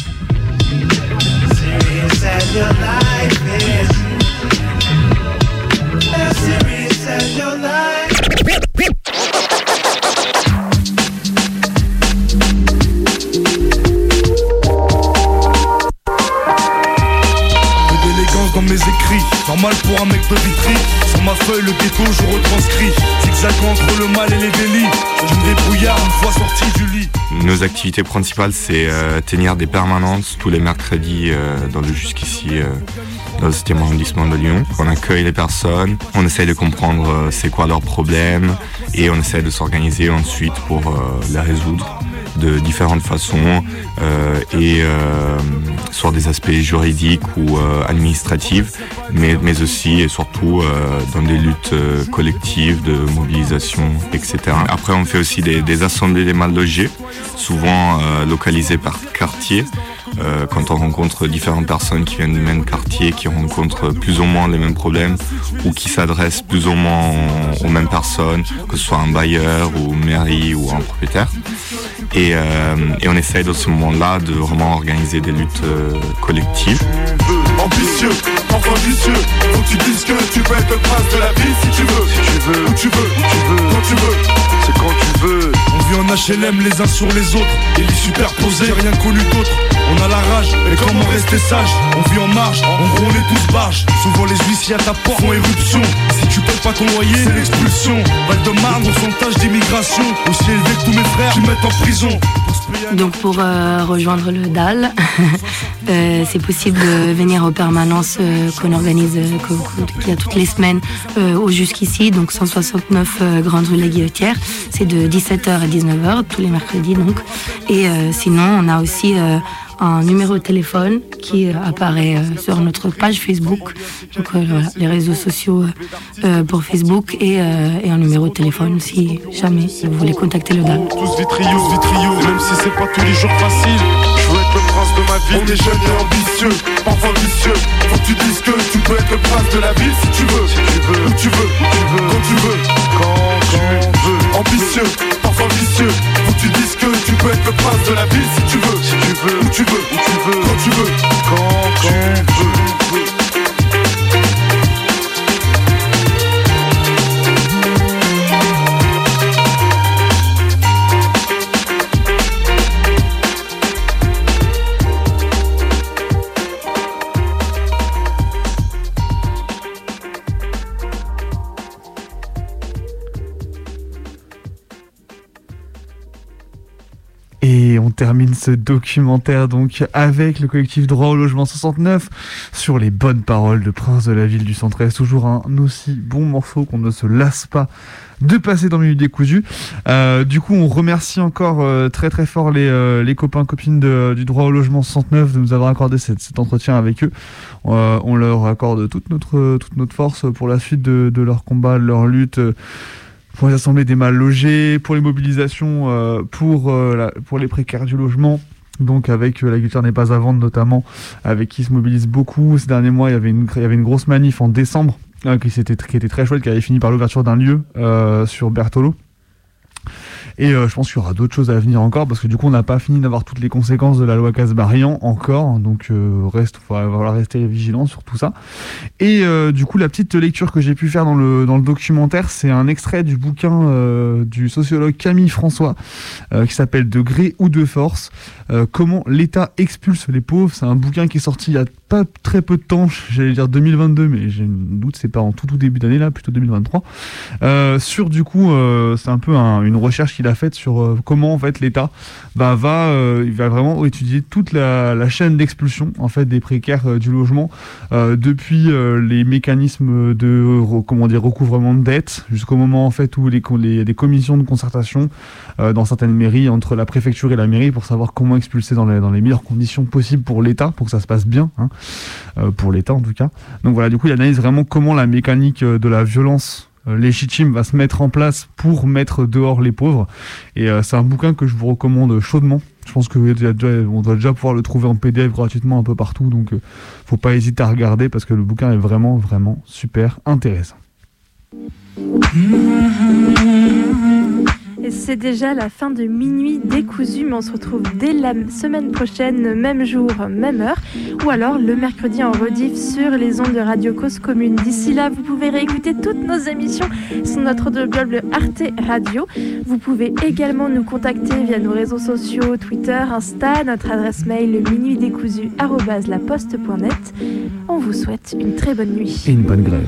Dans mes écrits, normal pour un mec de Vitry. Sur ma feuille le ghetto je retranscris, zigzagant entre le mal et les délits. Je me débrouillard une fois sorti du lit. Nos activités principales, c'est tenir des permanences tous les mercredis dans le jusqu'ici dans le 7e arrondissement de Lyon. On accueille les personnes, on essaye de comprendre c'est quoi leurs problèmes, et on essaie de s'organiser ensuite pour les résoudre de différentes façons, et sur des aspects juridiques ou administratifs, mais aussi et surtout dans des luttes collectives de mobilisation, etc. Après, on fait aussi des assemblées des mal logés, souvent localisées par quartier. Quand on rencontre différentes personnes qui viennent du même quartier, qui rencontrent plus ou moins les mêmes problèmes, ou qui s'adressent plus ou moins aux mêmes personnes, que ce soit un bailleur ou une mairie ou un propriétaire. Et on essaye dans ce moment-là de vraiment organiser des luttes collectives. Ambitieux, enfant vicieux, faut que tu dises que tu peux être le prince de la vie si tu veux. Où tu veux, quand tu veux, c'est quand tu veux. On vit en HLM les uns sur les autres, et les superposés, j'ai rien connu d'autre. On a la rage, et comment rester sage? On vit en marge, en gros on est tous barges. Souvent les huissiers à ta porte font éruption. Si tu payes pas ton loyer, c'est l'expulsion. Val-de-Marne, pourcentage d'immigration aussi élevé que tous mes frères qui mettent en prison. Donc pour rejoindre le DAL, c'est possible de venir aux permanences qu'on organise, qu'il y a toutes les semaines au jusqu'ici, donc 169 Grande Rue La Guillotière. C'est de 17h à 19h tous les mercredis donc. Et sinon on a aussi un numéro de téléphone qui apparaît sur notre page Facebook, donc voilà, les réseaux sociaux pour Facebook, et un numéro de téléphone si jamais vous voulez contacter le DAL. Tous vitrio, même si c'est pas tous les jours facile. Je veux être le prince de ma ville. On est jeunes et ambitieux, parfois vicieux. Faut que tu dises que tu peux être le prince de la ville si tu veux. Où tu veux, quand tu veux, quand tu veux. Ambitieux, parfois vicieux. Faut que tu dises que tu peux être le prince de la ville si tu veux. Où tu veux, quand tu veux, quand tu veux. Et on termine ce documentaire donc avec le collectif Droit au logement 69 sur les bonnes paroles de Prince de la ville du Centre-Est. Toujours un aussi bon morceau qu'on ne se lasse pas de passer dans Minute Décousue. Du coup, on remercie encore très très fort les copains copines du Droit au logement 69 de nous avoir accordé cet entretien avec eux. On leur accorde toute notre force pour la suite de leur combat, de leur lutte. Pour les assemblées des mal logés, pour les mobilisations, pour les précaires du logement, donc avec La guitare n'est pas à vendre notamment, avec qui se mobilise beaucoup. Ces derniers mois, il y avait une grosse manif en décembre qui était très chouette, qui avait fini par l'ouverture d'un lieu sur Bertolo. Et je pense qu'il y aura d'autres choses à venir encore, parce que du coup on n'a pas fini d'avoir toutes les conséquences de la loi Kasbarian encore, donc va falloir rester vigilant sur tout ça. Et du coup la petite lecture que j'ai pu faire dans le documentaire, c'est un extrait du bouquin du sociologue Camille François qui s'appelle De gré ou de force, comment l'État expulse les pauvres. C'est un bouquin qui est sorti il y a pas très peu de temps, j'allais dire 2022, mais j'ai un doute, c'est pas en tout début d'année là, plutôt 2023. Sur du coup, c'est un peu une recherche qu'il a faite sur comment en fait l'État il va vraiment étudier toute la chaîne d'expulsion en fait des précaires du logement, depuis les mécanismes de recouvrement de dettes jusqu'au moment en fait où il y a des commissions de concertation dans certaines mairies entre la préfecture et la mairie pour savoir comment expulser dans les meilleures conditions possibles pour l'État, pour que ça se passe bien, pour l'État en tout cas. Donc voilà, du coup il analyse vraiment comment la mécanique de la violence légitime va se mettre en place pour mettre dehors les pauvres, et c'est un bouquin que je vous recommande chaudement. Je pense qu'on doit déjà pouvoir le trouver en PDF gratuitement un peu partout, donc faut pas hésiter à regarder parce que le bouquin est vraiment vraiment super intéressant. Et c'est déjà la fin de Minuit décousu, mais on se retrouve dès la semaine prochaine, même jour, même heure, ou alors le mercredi en rediff sur les ondes de Radio Cause Commune. D'ici là, vous pouvez réécouter toutes nos émissions sur notre blog Arte Radio. Vous pouvez également nous contacter via nos réseaux sociaux, Twitter, Insta, notre adresse mail minuitdécousu@laposte.net. On vous souhaite une très bonne nuit. Et une bonne grève.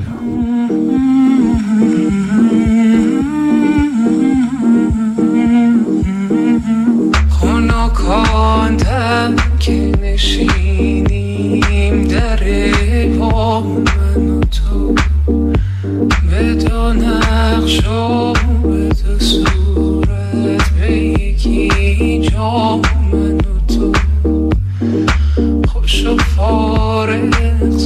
خنکاندم که نشینیم در با من و تو به دو نقش و به دو صورت به یکی جا من و تو خوش و فارغ ز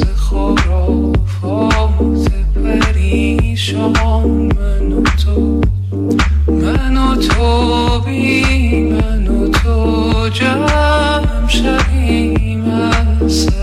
خرافات پریشان من و تو بی من و تو جمع شویم از